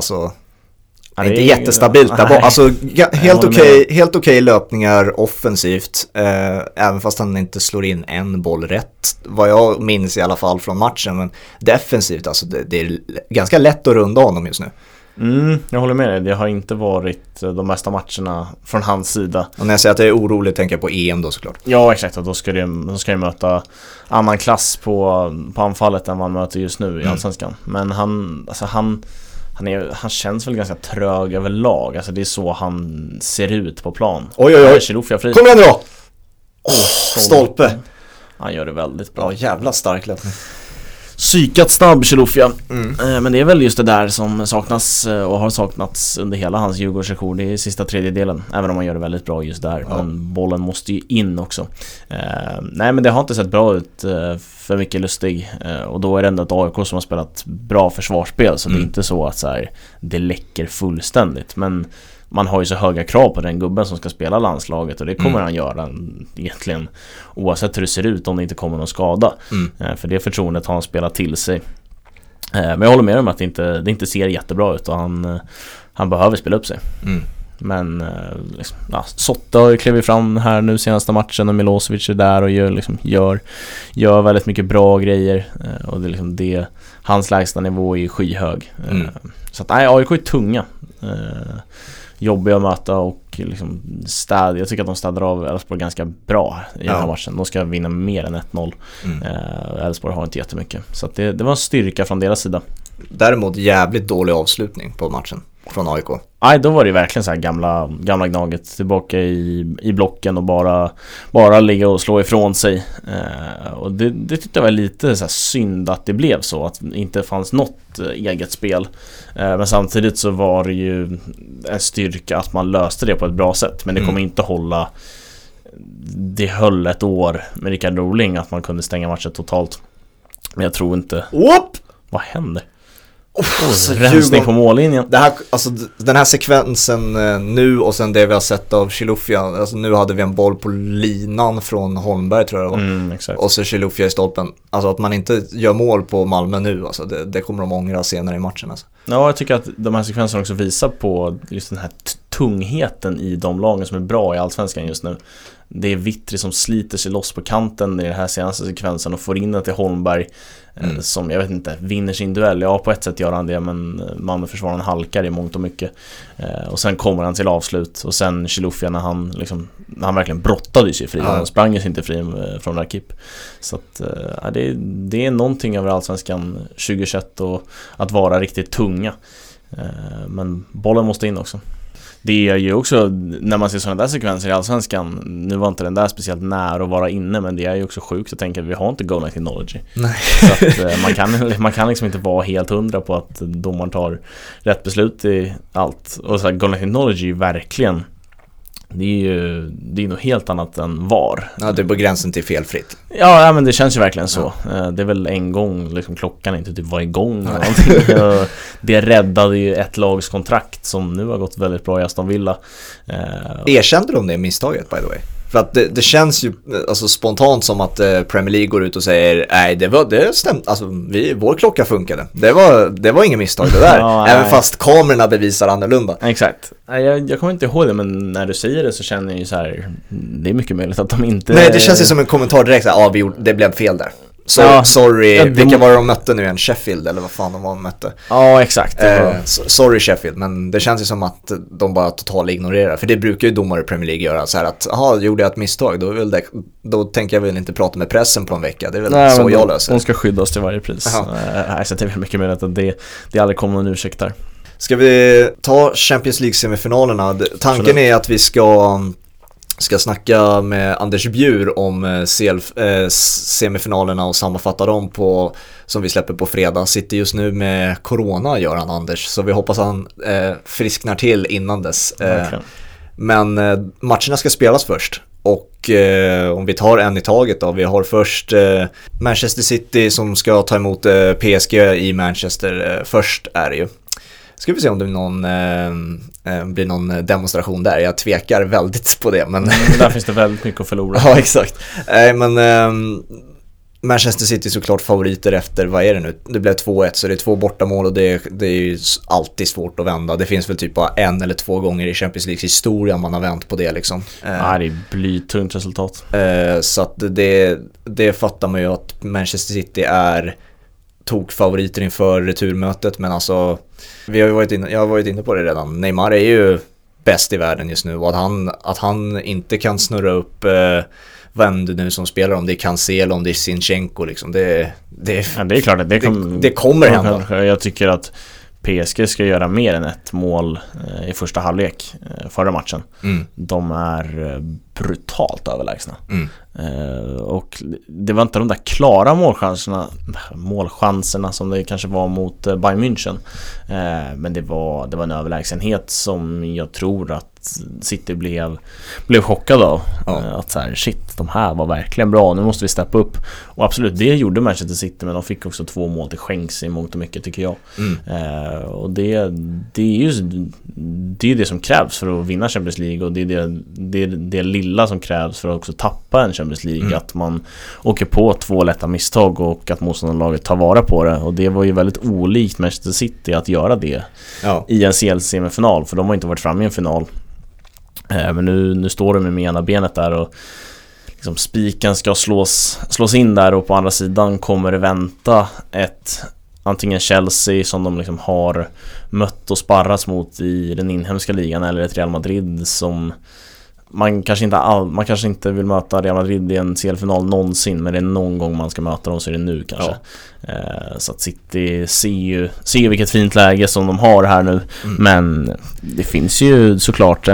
det är inte jättestabilt där. Alltså helt okej löpningar offensivt, även fast han inte slår in en boll rätt, vad jag minns i alla fall från matchen. Men defensivt, alltså det är ganska lätt att runda honom just nu.
Jag håller med dig, det har inte varit de bästa matcherna från hans sida.
Och när jag säger att det är oroligt tänker jag på EM då såklart.
Ja, exakt, och då ska det möta annan klass på anfallet än vad man möter just nu i Allsvenskan. Men han känns väl ganska trög överlag. Alltså det är så han ser ut på plan.
Oj.
Chilufya fri.
Kom igen då! Stolpe.
Han gör det väldigt bra.
Ja, jävla stark löpning.
Psykat snabb Chilufya. Men det är väl just det där som saknas och har saknats under hela hans Djurgårdsrekord i sista tredjedelen. Även om han gör det väldigt bra just där. Men bollen måste ju in också. Nej, men det har inte sett bra ut för mycket Lustig. Och då är det ändå ett AIK som har spelat bra försvarsspel. Så det är inte så att så här, det läcker fullständigt. Men man har ju så höga krav på den gubben som ska spela landslaget, och det kommer han göra egentligen oavsett hur det ser ut, om det inte kommer någon skada. För det förtroendet har han spelat till sig. Men jag håller med om att det inte ser jättebra ut, och han behöver spela upp sig. Men Sotta har ju klivit fram här nu senaste matchen, och Milosevic är där och gör väldigt mycket bra grejer, och det är liksom hans lägsta nivå är skyhög. Så att AIK är tunga, jobbiga att möta, och liksom jag tycker att de städar av Elfsborg ganska bra i den här matchen. De ska vinna mer än 1-0. Elfsborg har inte jättemycket, så att det var en styrka från deras sida.
Däremot jävligt dålig avslutning på matchen från AIK.
Nej, då var det verkligen så här gamla Gnaget tillbaka i blocken och bara ligga och slå ifrån sig. Och det tyckte jag var lite så här synd att det blev så, att det inte fanns något eget spel. Men samtidigt så var det ju en styrka att man löste det på ett bra sätt. Men det kommer inte hålla. Det höll ett år med Rickard Norling att man kunde stänga matchen totalt. Men jag tror inte. Vad händer? Rensning på mållinjen.
Den här sekvensen nu, och sen det vi har sett av Chilufya, alltså nu hade vi en boll på linan från Holmberg tror jag det var.
Exakt.
Och så Chilufya i stolpen. Alltså att man inte gör mål på Malmö nu, alltså det kommer de ångra senare i matchen alltså.
Ja, jag tycker att de här sekvenserna också visar på just den här tungheten i de lagen som är bra i Allsvenskan just nu. Det är Vittri som sliter sig loss på kanten i den här senaste sekvensen och får in den till Holmberg som, jag vet inte, vinner sin duell. Ja, på ett sätt gör han det, men Malmöförsvararen halkar i mångt och mycket. Och sen kommer han till avslut. Och sen Chilufya när han verkligen brottade sig fri. Han sprang sig inte fri från Rakip. Så att, det är någonting över Allsvenskan 2021 och att vara riktigt tunga. Men bollen måste in också. Det är ju också, när man ser sådana där sekvenser i Allsvenskan, nu var inte den där speciellt nära att vara inne, men det är ju också sjukt att tänka att vi har inte goal line technology. Nej. Så att man kan liksom inte vara helt 100 på att domaren tar rätt beslut i allt. Och så här, goal line technology verkligen, det är nog helt annat än VAR.
Ja, det är på gränsen till felfritt.
Ja, men det känns ju verkligen så. Det är väl en gång liksom, klockan inte typ var igång eller någonting. Det räddade ju ett lags kontrakt som nu har gått väldigt bra i Aston Villa.
Erkände de det misstaget, by the way? För att det känns ju alltså, spontant som att Premier League går ut och säger nej, det stämde, alltså vår klocka funkade. Det var ingen misstag det där. Även fast kamerorna bevisar annorlunda.
Exakt. Jag kommer inte ihåg det, men när du säger det så känner jag ju så här, det är mycket möjligt att de inte...
Nej, det känns ju som en kommentar direkt så här, det blev fel där. Sorry, vilka var de mötte nu igen? Sheffield eller vad fan de mötte?
Ja, exakt.
Sorry Sheffield, men det känns ju som att de bara totalt ignorerar. För det brukar ju domare i Premier League göra så här att, gjorde jag ett misstag, då tänker jag väl inte prata med pressen på en vecka. Det är väl så jag löser.
De ska skyddas till varje pris. Så det är väl mycket mer att det aldrig kommer någon ursäkt där.
Ska vi ta Champions League-semifinalerna? Tanken är att vi ska snacka med Anders Bjur om semifinalerna och sammanfatta dem som vi släpper på fredag. Sitter just nu med corona, gör han, Anders, så vi hoppas han frisknar till innan dess. Men matcherna ska spelas först. Och om vi tar en i taget då, vi har först Manchester City som ska ta emot PSG i Manchester. Först är det ju. Ska vi se om det blir någon demonstration där. Jag tvekar väldigt på det. Men
där finns det väldigt mycket att förlora.
Ja, exakt. Manchester City är såklart favoriter efter, vad är det nu? Det blev 2-1, så det är 2 bortamål och det är ju alltid svårt att vända. Det finns väl typ bara 1 eller 2 gånger i Champions Leagues historia man har vänt på det liksom.
Det är blytungt resultat.
Så att det fattar man ju att Manchester City är favoriter inför returmötet, men alltså jag har varit inne på det redan. Neymar är ju bäst i världen just nu, och att han inte kan snurra upp vem det nu som spelar, om det är Cancelo, om det är Zinchenko liksom, det är klart att det kommer hända.
Jag tycker att PSG ska göra mer än ett mål i första halvlek förra matchen. De är brutalt överlägsna. Och det var inte de där klara målchanserna som det kanske var mot Bayern München. Men det var en överlägsenhet som jag tror att City blev chockad av. Att så här, shit, de här var verkligen bra, nu måste vi steppa upp. Och absolut, det gjorde Manchester City, men de fick också 2 mål till skänks i mångt och mycket, tycker jag. Och det är ju det som krävs för att vinna Champions League, och det är det lilla som krävs för att också tappa en Champions League, att man åker på 2 lätta misstag och att motståndarlaget tar vara på det. Och det var ju väldigt olikt Manchester City att göra det i en CL-semifinal, för de har inte varit framme i en final. Men nu står de med ena benet där, och liksom spiken ska slås in där, och på andra sidan kommer det vänta antingen Chelsea som de liksom har mött och sparrats mot i den inhemska ligan, eller ett Real Madrid som man kanske inte vill möta Real Madrid i en CL-final någonsin, men det är någon gång man ska möta dem, så är det nu kanske. Så att City ser ju vilket fint läge som de har här nu. Men det finns ju såklart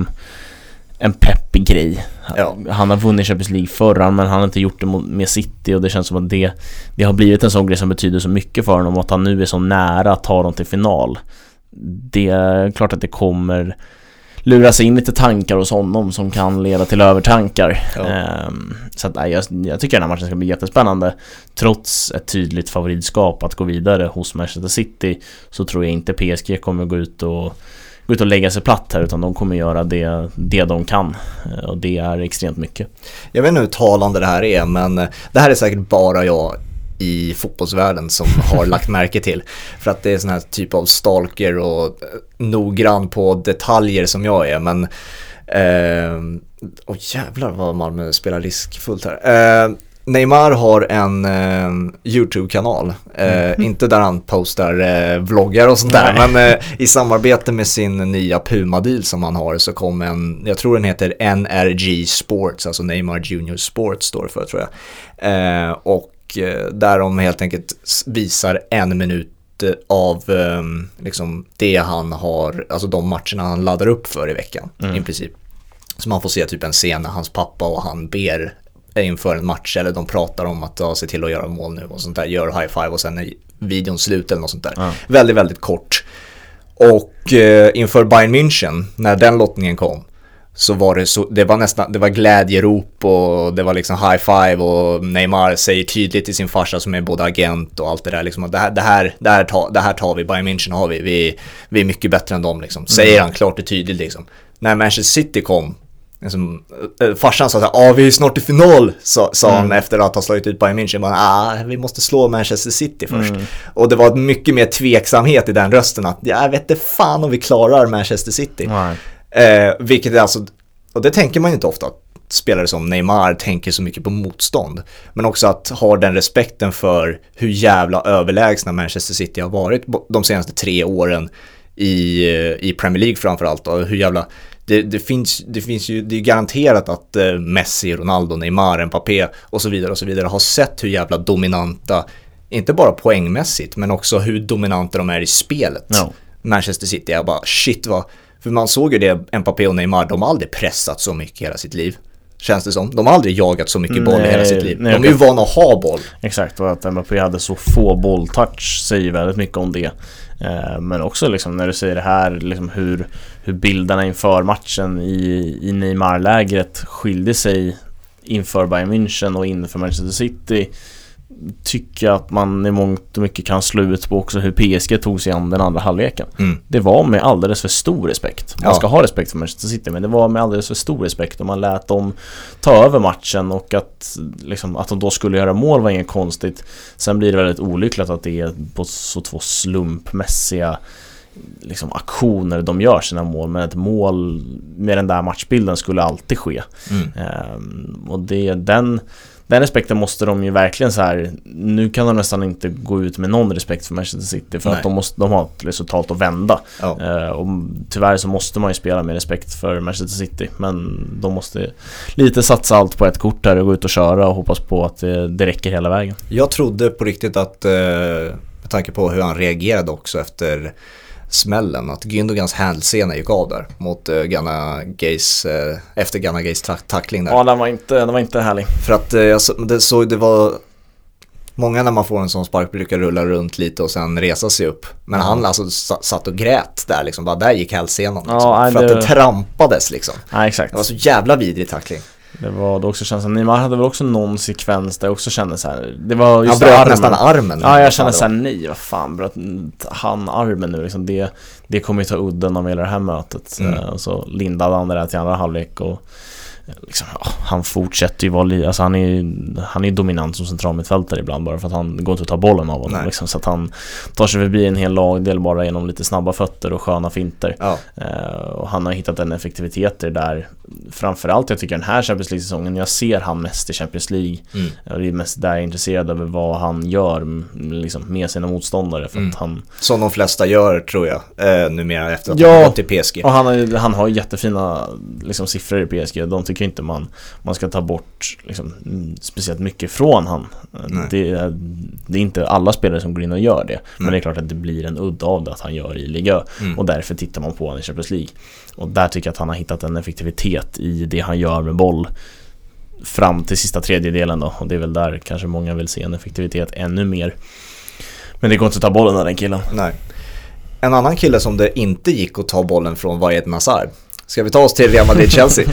en peppig grej. Han har vunnit Champions League förra, men han har inte gjort det med City, och det känns som att det har blivit en sån grej som betyder så mycket för honom, att han nu är så nära att ta dem till final. Det är klart att det kommer luras in lite tankar hos honom som kan leda till övertankar. Så att, jag tycker den här matchen ska bli jättespännande. Trots ett tydligt favoritskap att gå vidare hos Manchester City, så tror jag inte PSG kommer gå ut och lägga sig platt här, utan de kommer göra det de kan, och det är extremt mycket.
Jag vet inte hur talande det här är, men det här är säkert bara jag i fotbollsvärlden som har lagt märke till. För att det är sån här typ av stalker och noggrann på detaljer som jag är. Men jävlar vad Malmö spelar riskfullt här. Neymar har en YouTube-kanal, inte där han postar vloggar och sånt där, men i samarbete med sin nya Puma-deal som han har så kom jag tror den heter NRG Sports, alltså Neymar Junior Sports står det för, tror jag. Och där de helt enkelt visar 1 minut av liksom det han har, alltså de matcherna han laddar upp för i veckan i princip. Så man får se typ en scen när hans pappa och han ber inför en match, eller de pratar om att se till att göra mål nu och sånt där, gör high five och sen är videon slut eller något sånt där. Väldigt, väldigt kort. Och inför Bayern München, när den lottningen kom, så var det var glädjerop och det var liksom high five och Neymar säger tydligt till sin farsa som är både agent och allt det där liksom, att det här tar vi, Bayern München har vi är mycket bättre än dem liksom. Säger han klart och tydligt liksom. När Manchester City kom, liksom, farsan sa såhär, vi är snart i final, sa han efter att ha slagit ut Bayern München. Vi måste slå Manchester City först. Och det var mycket mer tveksamhet i den rösten att jag vet inte fan om vi klarar Manchester City. Vilket är alltså, och det tänker man ju inte ofta, att spelare som Neymar tänker så mycket på motstånd, men också att ha den respekten för hur jävla överlägsna Manchester City har varit de senaste 3 åren i Premier League framförallt, och hur jävla det finns ju, det är garanterat att Messi, Ronaldo, Neymar, Mbappé och så vidare har sett hur jävla dominanta, inte bara poängmässigt, men också hur dominanta de är i spelet. Manchester City, jag bara shit vad, för man såg ju det, Mbappé och Neymar, de har aldrig pressat så mycket i hela sitt liv. Känns det som. De har aldrig jagat så mycket boll i hela sitt liv. De är ju vana att ha boll.
Exakt, och att Mbappé hade så få bolltouch säger väldigt mycket om det. Men också liksom, när du säger det här, liksom hur bilderna inför matchen i Neymar-lägret skilde sig inför Bayern München och inför Manchester City, tycker att man i mångt och mycket kan slå ut på också hur PSG tog sig an den andra halvleken. Det var med alldeles för stor respekt. Man ska ha respekt för Manchester City, men det var med alldeles för stor respekt, och man lät dem ta över matchen, och att de då skulle göra mål var inget konstigt. Sen blir det väldigt olyckligt att det är på så 2 slumpmässiga liksom aktioner de gör sina mål, men ett mål med den där matchbilden skulle alltid ske. Och den respekten måste de ju verkligen så här. Nu kan de nästan inte gå ut med någon respekt för Manchester City, för att de har ett resultat att vända. Och tyvärr så måste man ju spela med respekt för Manchester City, men de måste lite satsa allt på ett kort där och gå ut och köra och hoppas på att det räcker hela vägen.
Jag trodde på riktigt att med tanke på hur han reagerade också efter smällen, att Gündogans handscena gick av där mot Ghana Gays, efter Ghana Gays tackling där.
Ja, den var inte härlig.
För att det var många, när man får en sån spark, brukar rulla runt lite och sen resa sig upp. Men han alltså satt och grät där liksom, bara där gick hälsenan liksom, för att det trampades liksom.
Ja, exakt.
Det var så jävla vidrig tackling.
Det också känns som Neymar hade väl också någon sekvens där jag också kände så här, det var just
bröt nästan armen.
Ja, jag kände så här, nej, vad fan, bröt han armen nu liksom, det kommer ju ta udden av hela det här mötet. Och så lindade han det där till andra halvlek, och liksom, han fortsätter ju vara alltså han är dominant som centralmittfältare ibland, bara för att han går inte att ta bollen av honom liksom, så att han tar sig förbi en hel lagdel bara genom lite snabba fötter och sköna finter. Och han har hittat en effektivitet där, framförallt jag tycker den här Champions League-säsongen, jag ser han mest i Champions League, och det är mest där jag är intresserad över vad han gör liksom, med sina motståndare, för att han,
som de flesta gör tror jag numera efter att han gått till PSG.
Och han har jättefina liksom, siffror i PSG. De tycker inte man ska ta bort liksom, speciellt mycket från han. Det är inte alla spelare som går in och gör det, men det är klart att det blir en udd av det att han gör i Liga, och därför tittar man på han i Champions League. Och där tycker jag att han har hittat en effektivitet i det han gör med boll fram till sista tredjedelen då, och det är väl där kanske många vill se en effektivitet ännu mer. Men det går inte att ta bollen av den killen.
Nej. En annan kille som det inte gick att ta bollen från var Eden Hazard. Ska vi ta oss till Real Madrid-Chelsea?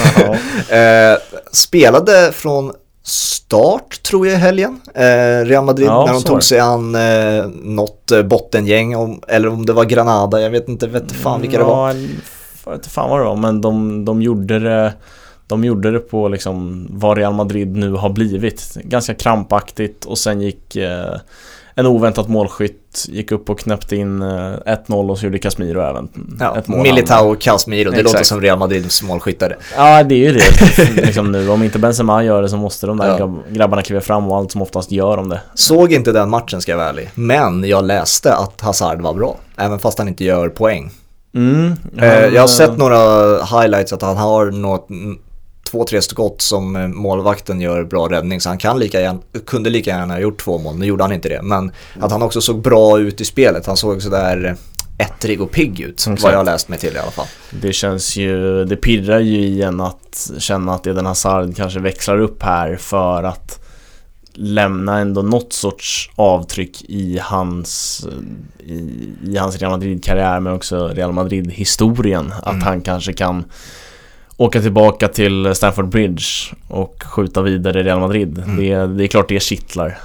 Spelade från start tror jag i helgen. Real Madrid när de tog sig an något bottengäng, eller om det var Granada, jag vet inte fan vilka det var.
Jag vet inte fan vad det var, men de gjorde det. de gjorde det på liksom vad Real Madrid nu har blivit. Ganska krampaktigt, och sen gick en oväntat målskytt gick upp och knäppte in 1-0 och så gjorde Casemiro även ett mål.
Militao och Casemiro, det låter som Real Madrids målskyttare.
Ja, det är ju det liksom nu. Om inte Benzema gör det så måste de där grabbarna kliva fram, och allt som oftast gör de det.
Såg inte den matchen, ska jag vara ärlig. Men jag läste att Hazard var bra, även fast han inte gör poäng. Jag har sett några highlights att han har något 2-3 skott som målvakten gör bra räddning, så han kunde lika gärna ha gjort 2 mål. Nu gjorde han inte det, men att han också såg bra ut i spelet. Han såg så där ettrig och pigg ut, vad jag har läst mig till i alla fall.
Det känns ju, det pirrar ju igen att känna att Eden Hazard kanske växlar upp här för att lämna ändå något sorts avtryck i hans Real Madrid-karriär, men också Real Madrid-historien. Att han kanske kan åka tillbaka till Stamford Bridge och skjuta vidare i Real Madrid. Det är klart det kittlar.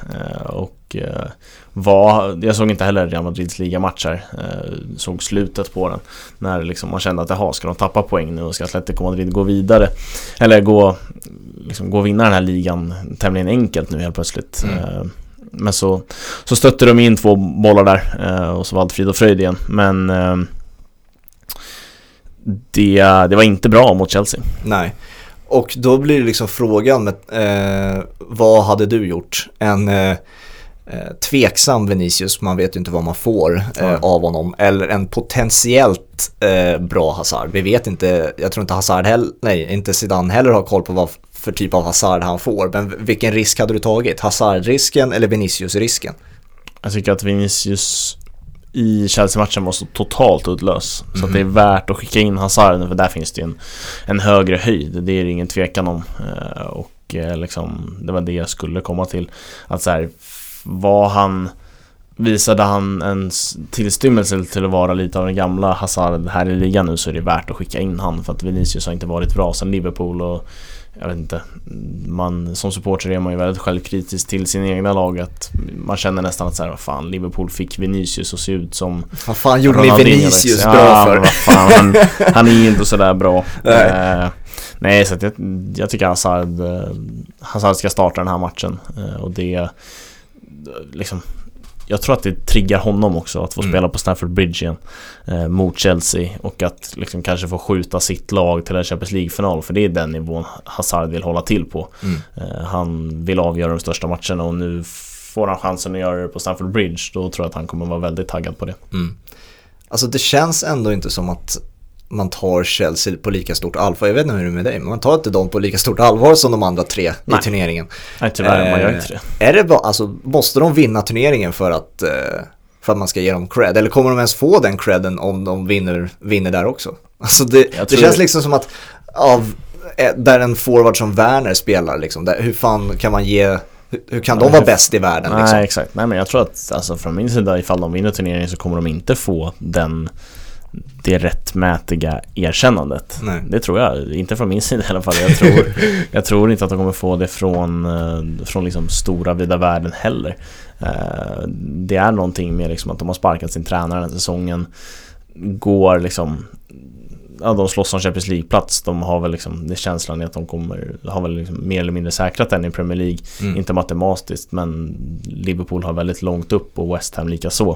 Jag såg inte heller Real Madrids ligamatcher. Såg slutet på den när liksom man kände att ska de tappa poäng nu och ska Atletico Madrid gå vidare eller gå och vinna den här ligan tämligen enkelt nu helt plötsligt. Men så stötte de in 2 bollar där och så var allt frid och fröjd igen. Men det var inte bra mot Chelsea.
Nej. Och då blir det liksom frågan med, vad hade du gjort? En tveksam Vinicius, man vet ju inte vad man får av honom, eller en potentiellt bra Hazard. Vi vet inte, jag tror inte Hazard inte Zidane heller har koll på vad för typ av Hazard han får. Men vilken risk hade du tagit? Hazard-risken eller Vinicius-risken?
Jag tycker att Vinicius i Chelsea-matchen var så totalt uddlös, så att det är värt att skicka in Hazard nu, för där finns det ju en högre höjd, det är det ingen tvekan om. Och liksom, det var det jag skulle komma till, att så här, visade han en tillstymmelse till att vara lite av den gamla Hazard här i ligan nu, så är det värt att skicka in han, för att Vinicius har inte varit bra sedan Liverpool. Och jag vet inte, man som supporter är man ju väldigt självkritisk till sin egna lag, att man känner nästan att så här, vad fan, Liverpool fick Vinicius att se ut som
vad fan gjorde ni Vinicius bra för?
Fan, han är inte så där bra. Nej, så att jag tycker Hazard ska starta den här matchen, och det liksom, jag tror att det triggar honom också att få spela på Stamford Bridge igen mot Chelsea, och att liksom kanske få skjuta sitt lag till en Champions League-final, för det är den nivån Hazard vill hålla till på. Han vill avgöra de största matcherna, och nu får han chansen att göra det på Stamford Bridge. Då tror jag att han kommer vara väldigt taggad på det.
Alltså det känns ändå inte som att man tar Chelsea på lika stort allvar. Jag vet inte hur det är med dig, men man tar inte dem på lika stort allvar som de andra 3 i turneringen.
Nej, tyvärr, man gör inte det.
Är det bara, alltså, måste de vinna turneringen för att man ska ge dem cred? Eller kommer de ens få den credden om de vinner där också? Alltså det känns liksom som att där en forward som Werner spelar, liksom, hur fan kan man ge... Hur kan de vara bäst i världen? Liksom?
Nej, exakt. Nej, men jag tror att alltså, från min sida, ifall de vinner turneringen så kommer de inte få det rättmätiga erkännandet.
Nej.
Det tror jag, inte från min sida i alla fall. Jag tror inte att de kommer få det från liksom stora vida världen heller. Det är någonting med liksom att de har sparkat sin tränare den här säsongen, går liksom, de slåss om Champions League-plats. De har väl liksom, det är känslan att de har väl liksom mer eller mindre säkrat den i Premier League. Inte matematiskt, men Liverpool har väldigt långt upp och West Ham lika så.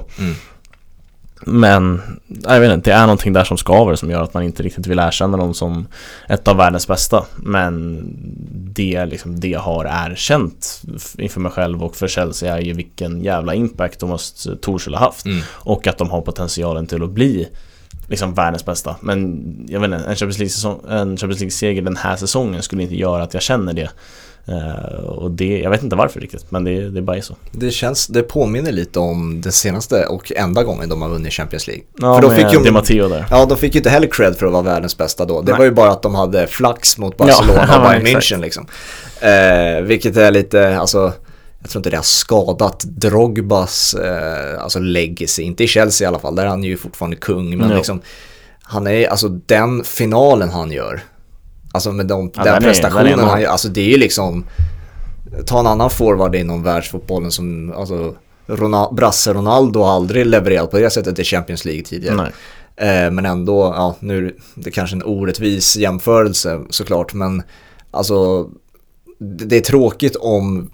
Men jag vet inte, det är någonting där som skaver, som gör att man inte riktigt vill erkänna dem som ett av världens bästa. Men det har erkänt inför mig själv och för Chelsea är ju vilken jävla impact Thomas Tuchel har haft, och att de har potentialen till att bli liksom världens bästa. Men jag vet inte, en Champions League-seger den här säsongen skulle inte göra att jag känner det. Och jag vet inte varför riktigt, men det är bara så.
Det påminner lite om den senaste och enda gången de har vunnit Champions League.
Ja,
för då fick ju
Di Matteo där.
Ja, de fick ju inte heller cred för att vara världens bästa då. Det var ju bara att de hade flax mot Barcelona och Bayern München liksom. Vilket är lite, alltså, jag tror inte det har skadat Drogbas alltså legacy, inte i Chelsea i alla fall, där han är ju fortfarande kung, men liksom, han är, alltså den finalen han gör, alltså med den prestationen han gör, alltså det är ju liksom, ta en annan forward inom världsfotbollen som, alltså Brasse Ronaldo har aldrig levererat på det sättet i Champions League tidigare. Men ändå, ja, nu det är kanske en orättvis jämförelse såklart, men alltså det är tråkigt om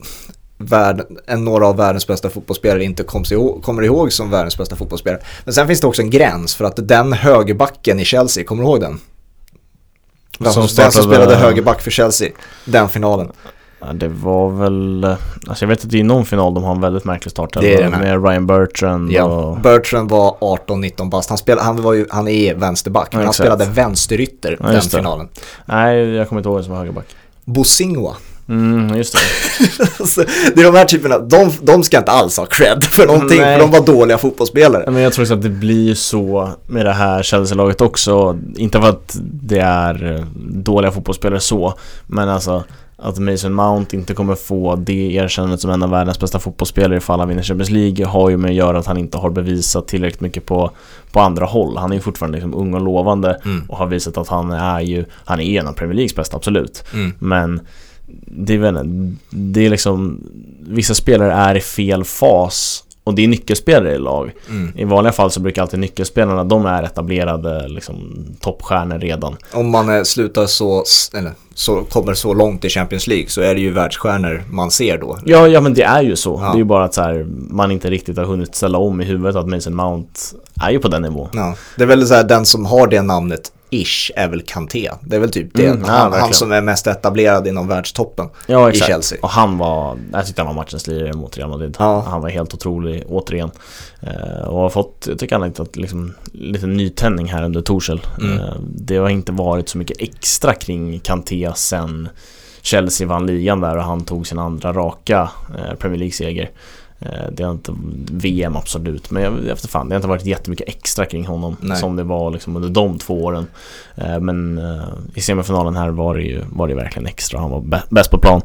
några av världens bästa fotbollsspelare inte kommer ihåg som världens bästa fotbollsspelare. Men sen finns det också en gräns, för att den högerbacken i Chelsea, kommer du ihåg den? Den som spelade högerback för Chelsea, den finalen.
Ja, det var väl, alltså jag vet att det är någon final de har en väldigt märklig start med Ryan Bertrand.
Ja,
och...
Bertrand var 18-19 bast. Han är vänsterback, men han spelade vänsterytter den finalen.
Nej, jag kommer inte ihåg som högerback.
Bosingwa.
Just det.
Det är de här typerna, de ska inte alls ha cred för någonting. Nej. För de var dåliga fotbollsspelare.
Men jag tror också att det blir så med det här Chelsea-laget också. Inte för att det är dåliga fotbollsspelare så, men alltså att Mason Mount inte kommer få det erkännandet som en av världens bästa fotbollsspelare ifall han vinner Champions League har ju med att göra att han inte har bevisat tillräckligt mycket på andra håll. Han är ju fortfarande liksom ung och lovande och har visat att han är en av Premier Leagues bästa, absolut. Men det är liksom, vissa spelare är i fel fas och det är nyckelspelare i lag. I vanliga fall så brukar alltid nyckelspelarna, de är etablerade liksom toppstjärnor redan. Om man slutar så kommer så långt i Champions League så är det ju världsstjärnor man ser då. Ja, men det är ju så. Ja. Det är ju bara att så här, man inte riktigt har hunnit ställa om i huvudet att Mason Mount är ju på den nivån. Ja. Det är väl så här, den som har det namnet är väl Kanté. Det är väl typ det. Han som är mest etablerad inom världstoppen i Chelsea. Och jag tyckte han var matchens lirare mot Real Madrid. Ja. Han var helt otrolig återigen. Och har fått, jag tycker han har hittat liksom lite nytändning här under Tuchel. Det har inte varit så mycket extra kring Kanté sen Chelsea vann ligan där och han tog sin andra raka Premier League-seger. Det har inte VM absolut, men det har inte varit jättemycket extra kring honom. Nej. Som det var liksom under de 2 åren. Men i semifinalen här var det verkligen extra. Han var bäst på plan.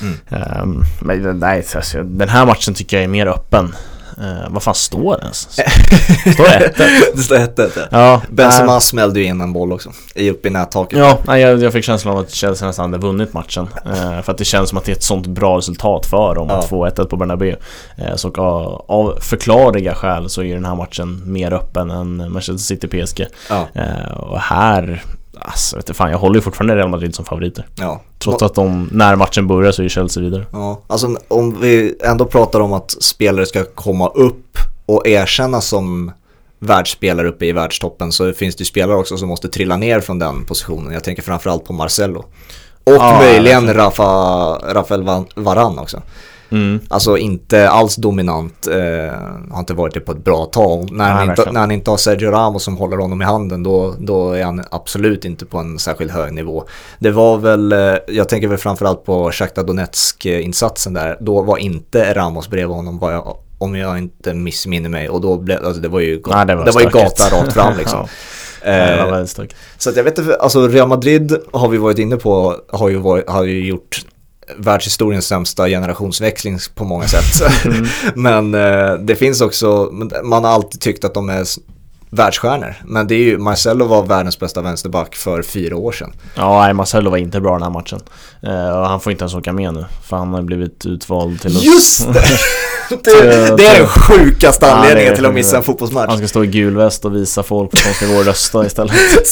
Men den här matchen tycker jag är mer öppen. Vad fan står det ens? Står det 1-1? Det står 1-1. Ja, Benzema smällde ju in en boll också uppe i nättaket. Ja, jag fick känslan av att Chelsea nästan hade vunnit matchen. För att det känns som att det är ett sånt bra resultat för dem att få 1-1 på Bernabéu. Så av förklarliga skäl så är den här matchen mer öppen än Manchester City PSG. Och här... Alltså, jag håller ju fortfarande Real Madrid som favoriter. Ja. Trots att när matchen börjar så är Chelsea vidare. Ja, alltså om vi ändå pratar om att spelare ska komma upp och erkännas som världsspelare uppe i världstoppen, så finns det ju spelare också som måste trilla ner från den positionen. Jag tänker framförallt på Marcelo. Och möjligen Rafael Varane också. Alltså inte alls dominant, har inte varit det på ett bra tag. När han inte har Sergio Ramos som håller honom i handen, då är han absolut inte på en särskilt hög nivå. Det var väl, jag tänker väl framförallt på Shakhtar Donetsk-insatsen där. Då var inte Ramos bredvid honom, om jag inte missminner mig. Och då blev, alltså det var ju gata rakt fram liksom. Så att jag vet inte, alltså Real Madrid har vi varit inne på, har ju gjort världshistoriens sämsta generationsväxling på många sätt. Men det finns också, man har alltid tyckt att de är världsstjärnor. Men det är ju, Marcelo var världens bästa vänsterback för 4 år sedan. Ja, Marcelo var inte bra den här matchen. Och han får inte ens åka med nu, för han har blivit utvald till
Just det! Det är den sjukaste anledningen till att missa en fotbollsmatch.
Han ska stå i gul väst och visa folk att de ska gå och rösta istället.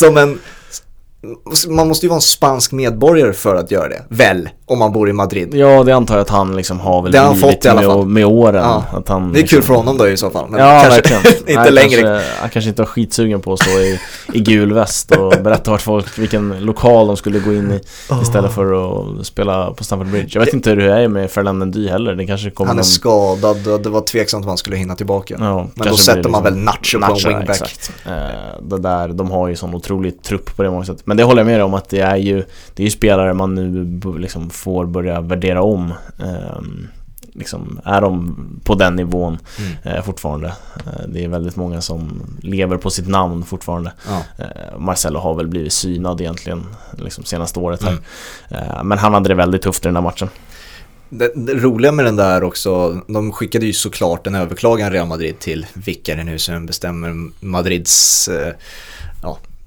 Man måste ju vara en spansk medborgare för att göra det, väl, om man bor i Madrid.
Ja, det antar jag att han liksom har väl blivit med åren. Ja. Att han,
det är kul för honom då i så fall. Men
kanske
inte längre.
Han kanske inte var skitsugen på att stå i gul väst och berätta vart folk, vilken lokal de skulle gå in i istället för att spela på Stamford Bridge. Jag vet inte hur det är med Ferland Mendy heller. Det kanske kommer
han är skadad och det var tveksamt om han skulle hinna tillbaka. Ja, men då sätter man väl Nacho på en wingback.
Det där, de har ju sån otroligt trupp på det många sätt. Men det håller jag med om att det är ju spelare man nu liksom får börja värdera om. Liksom, är de på den nivån fortfarande? Det är väldigt många som lever på sitt namn fortfarande. Marcelo har väl blivit synad egentligen liksom senaste året här. Men han hade det väldigt tufft i den här matchen.
Det roliga med den där också, de skickade ju såklart en överklagan Real Madrid till vilka det nu som bestämmer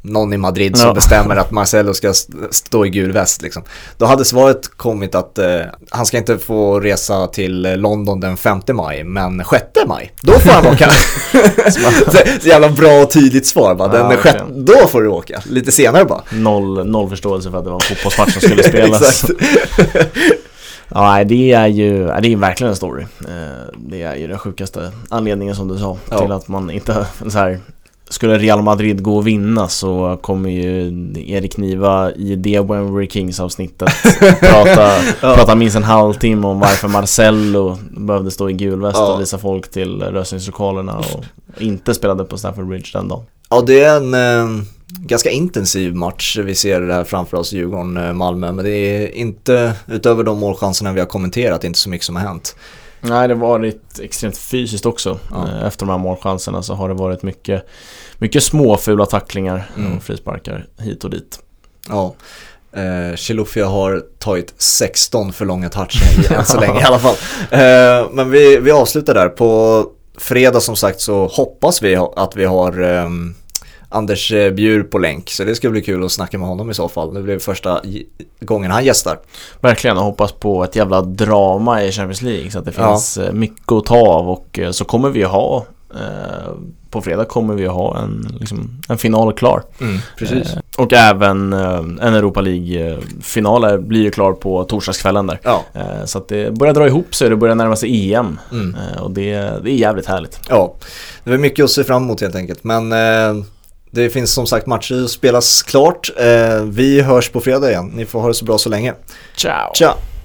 någon i Madrid som bestämmer att Marcelo ska stå i gul väst liksom. Då hade svaret kommit att han ska inte få resa till London den 5 maj, men 6 maj, då får han åka. så jävla bra och tydligt svar bara. Den 6, då får du åka, lite senare bara.
Noll förståelse för att det var en fotbollsmatch som skulle spelas. Ja, det är verkligen en story. Det är ju den sjukaste anledningen som du sa till att man inte så här. Skulle Real Madrid gå och vinna så kommer ju Erik Niva i The Wembley Kings-avsnittet prata minst en halvtimme om varför Marcelo behövde stå i gul väst och visa folk till röstningslokalerna och inte spelade på Stamford Bridge den dagen.
Ja, det är en ganska intensiv match. Vi ser det här framför oss, Djurgården-Malmö, men det är inte, utöver de målchanserna vi har kommenterat, inte så mycket som har hänt.
Nej, det har varit extremt fysiskt också. Efter de här målchanserna så har det varit mycket små fula tacklingar och frisparkar hit och dit.
Ja, Chilufya har tagit 16 för långa toucher än så länge i alla fall. Men vi avslutar där. På fredag som sagt så hoppas vi att vi har Anders Bjur på länk, så det ska bli kul att snacka med honom i så fall. Det blir första gången han gästar.
Verkligen, och hoppas på ett jävla drama i Champions League så att det finns mycket att ta av, och så kommer vi ha på fredag kommer vi ha en final klar.
Precis.
Och även en Europa League-final blir ju klar på torsdagskvällen där. Så att det börjar dra ihop sig, det börjar närma sig EM. Och det är jävligt härligt.
Ja, det är mycket att se fram emot helt enkelt. Men det finns som sagt matcher att spelas klart. Vi hörs på fredag igen. Ni får ha det så bra så länge.
Ciao.
Ciao.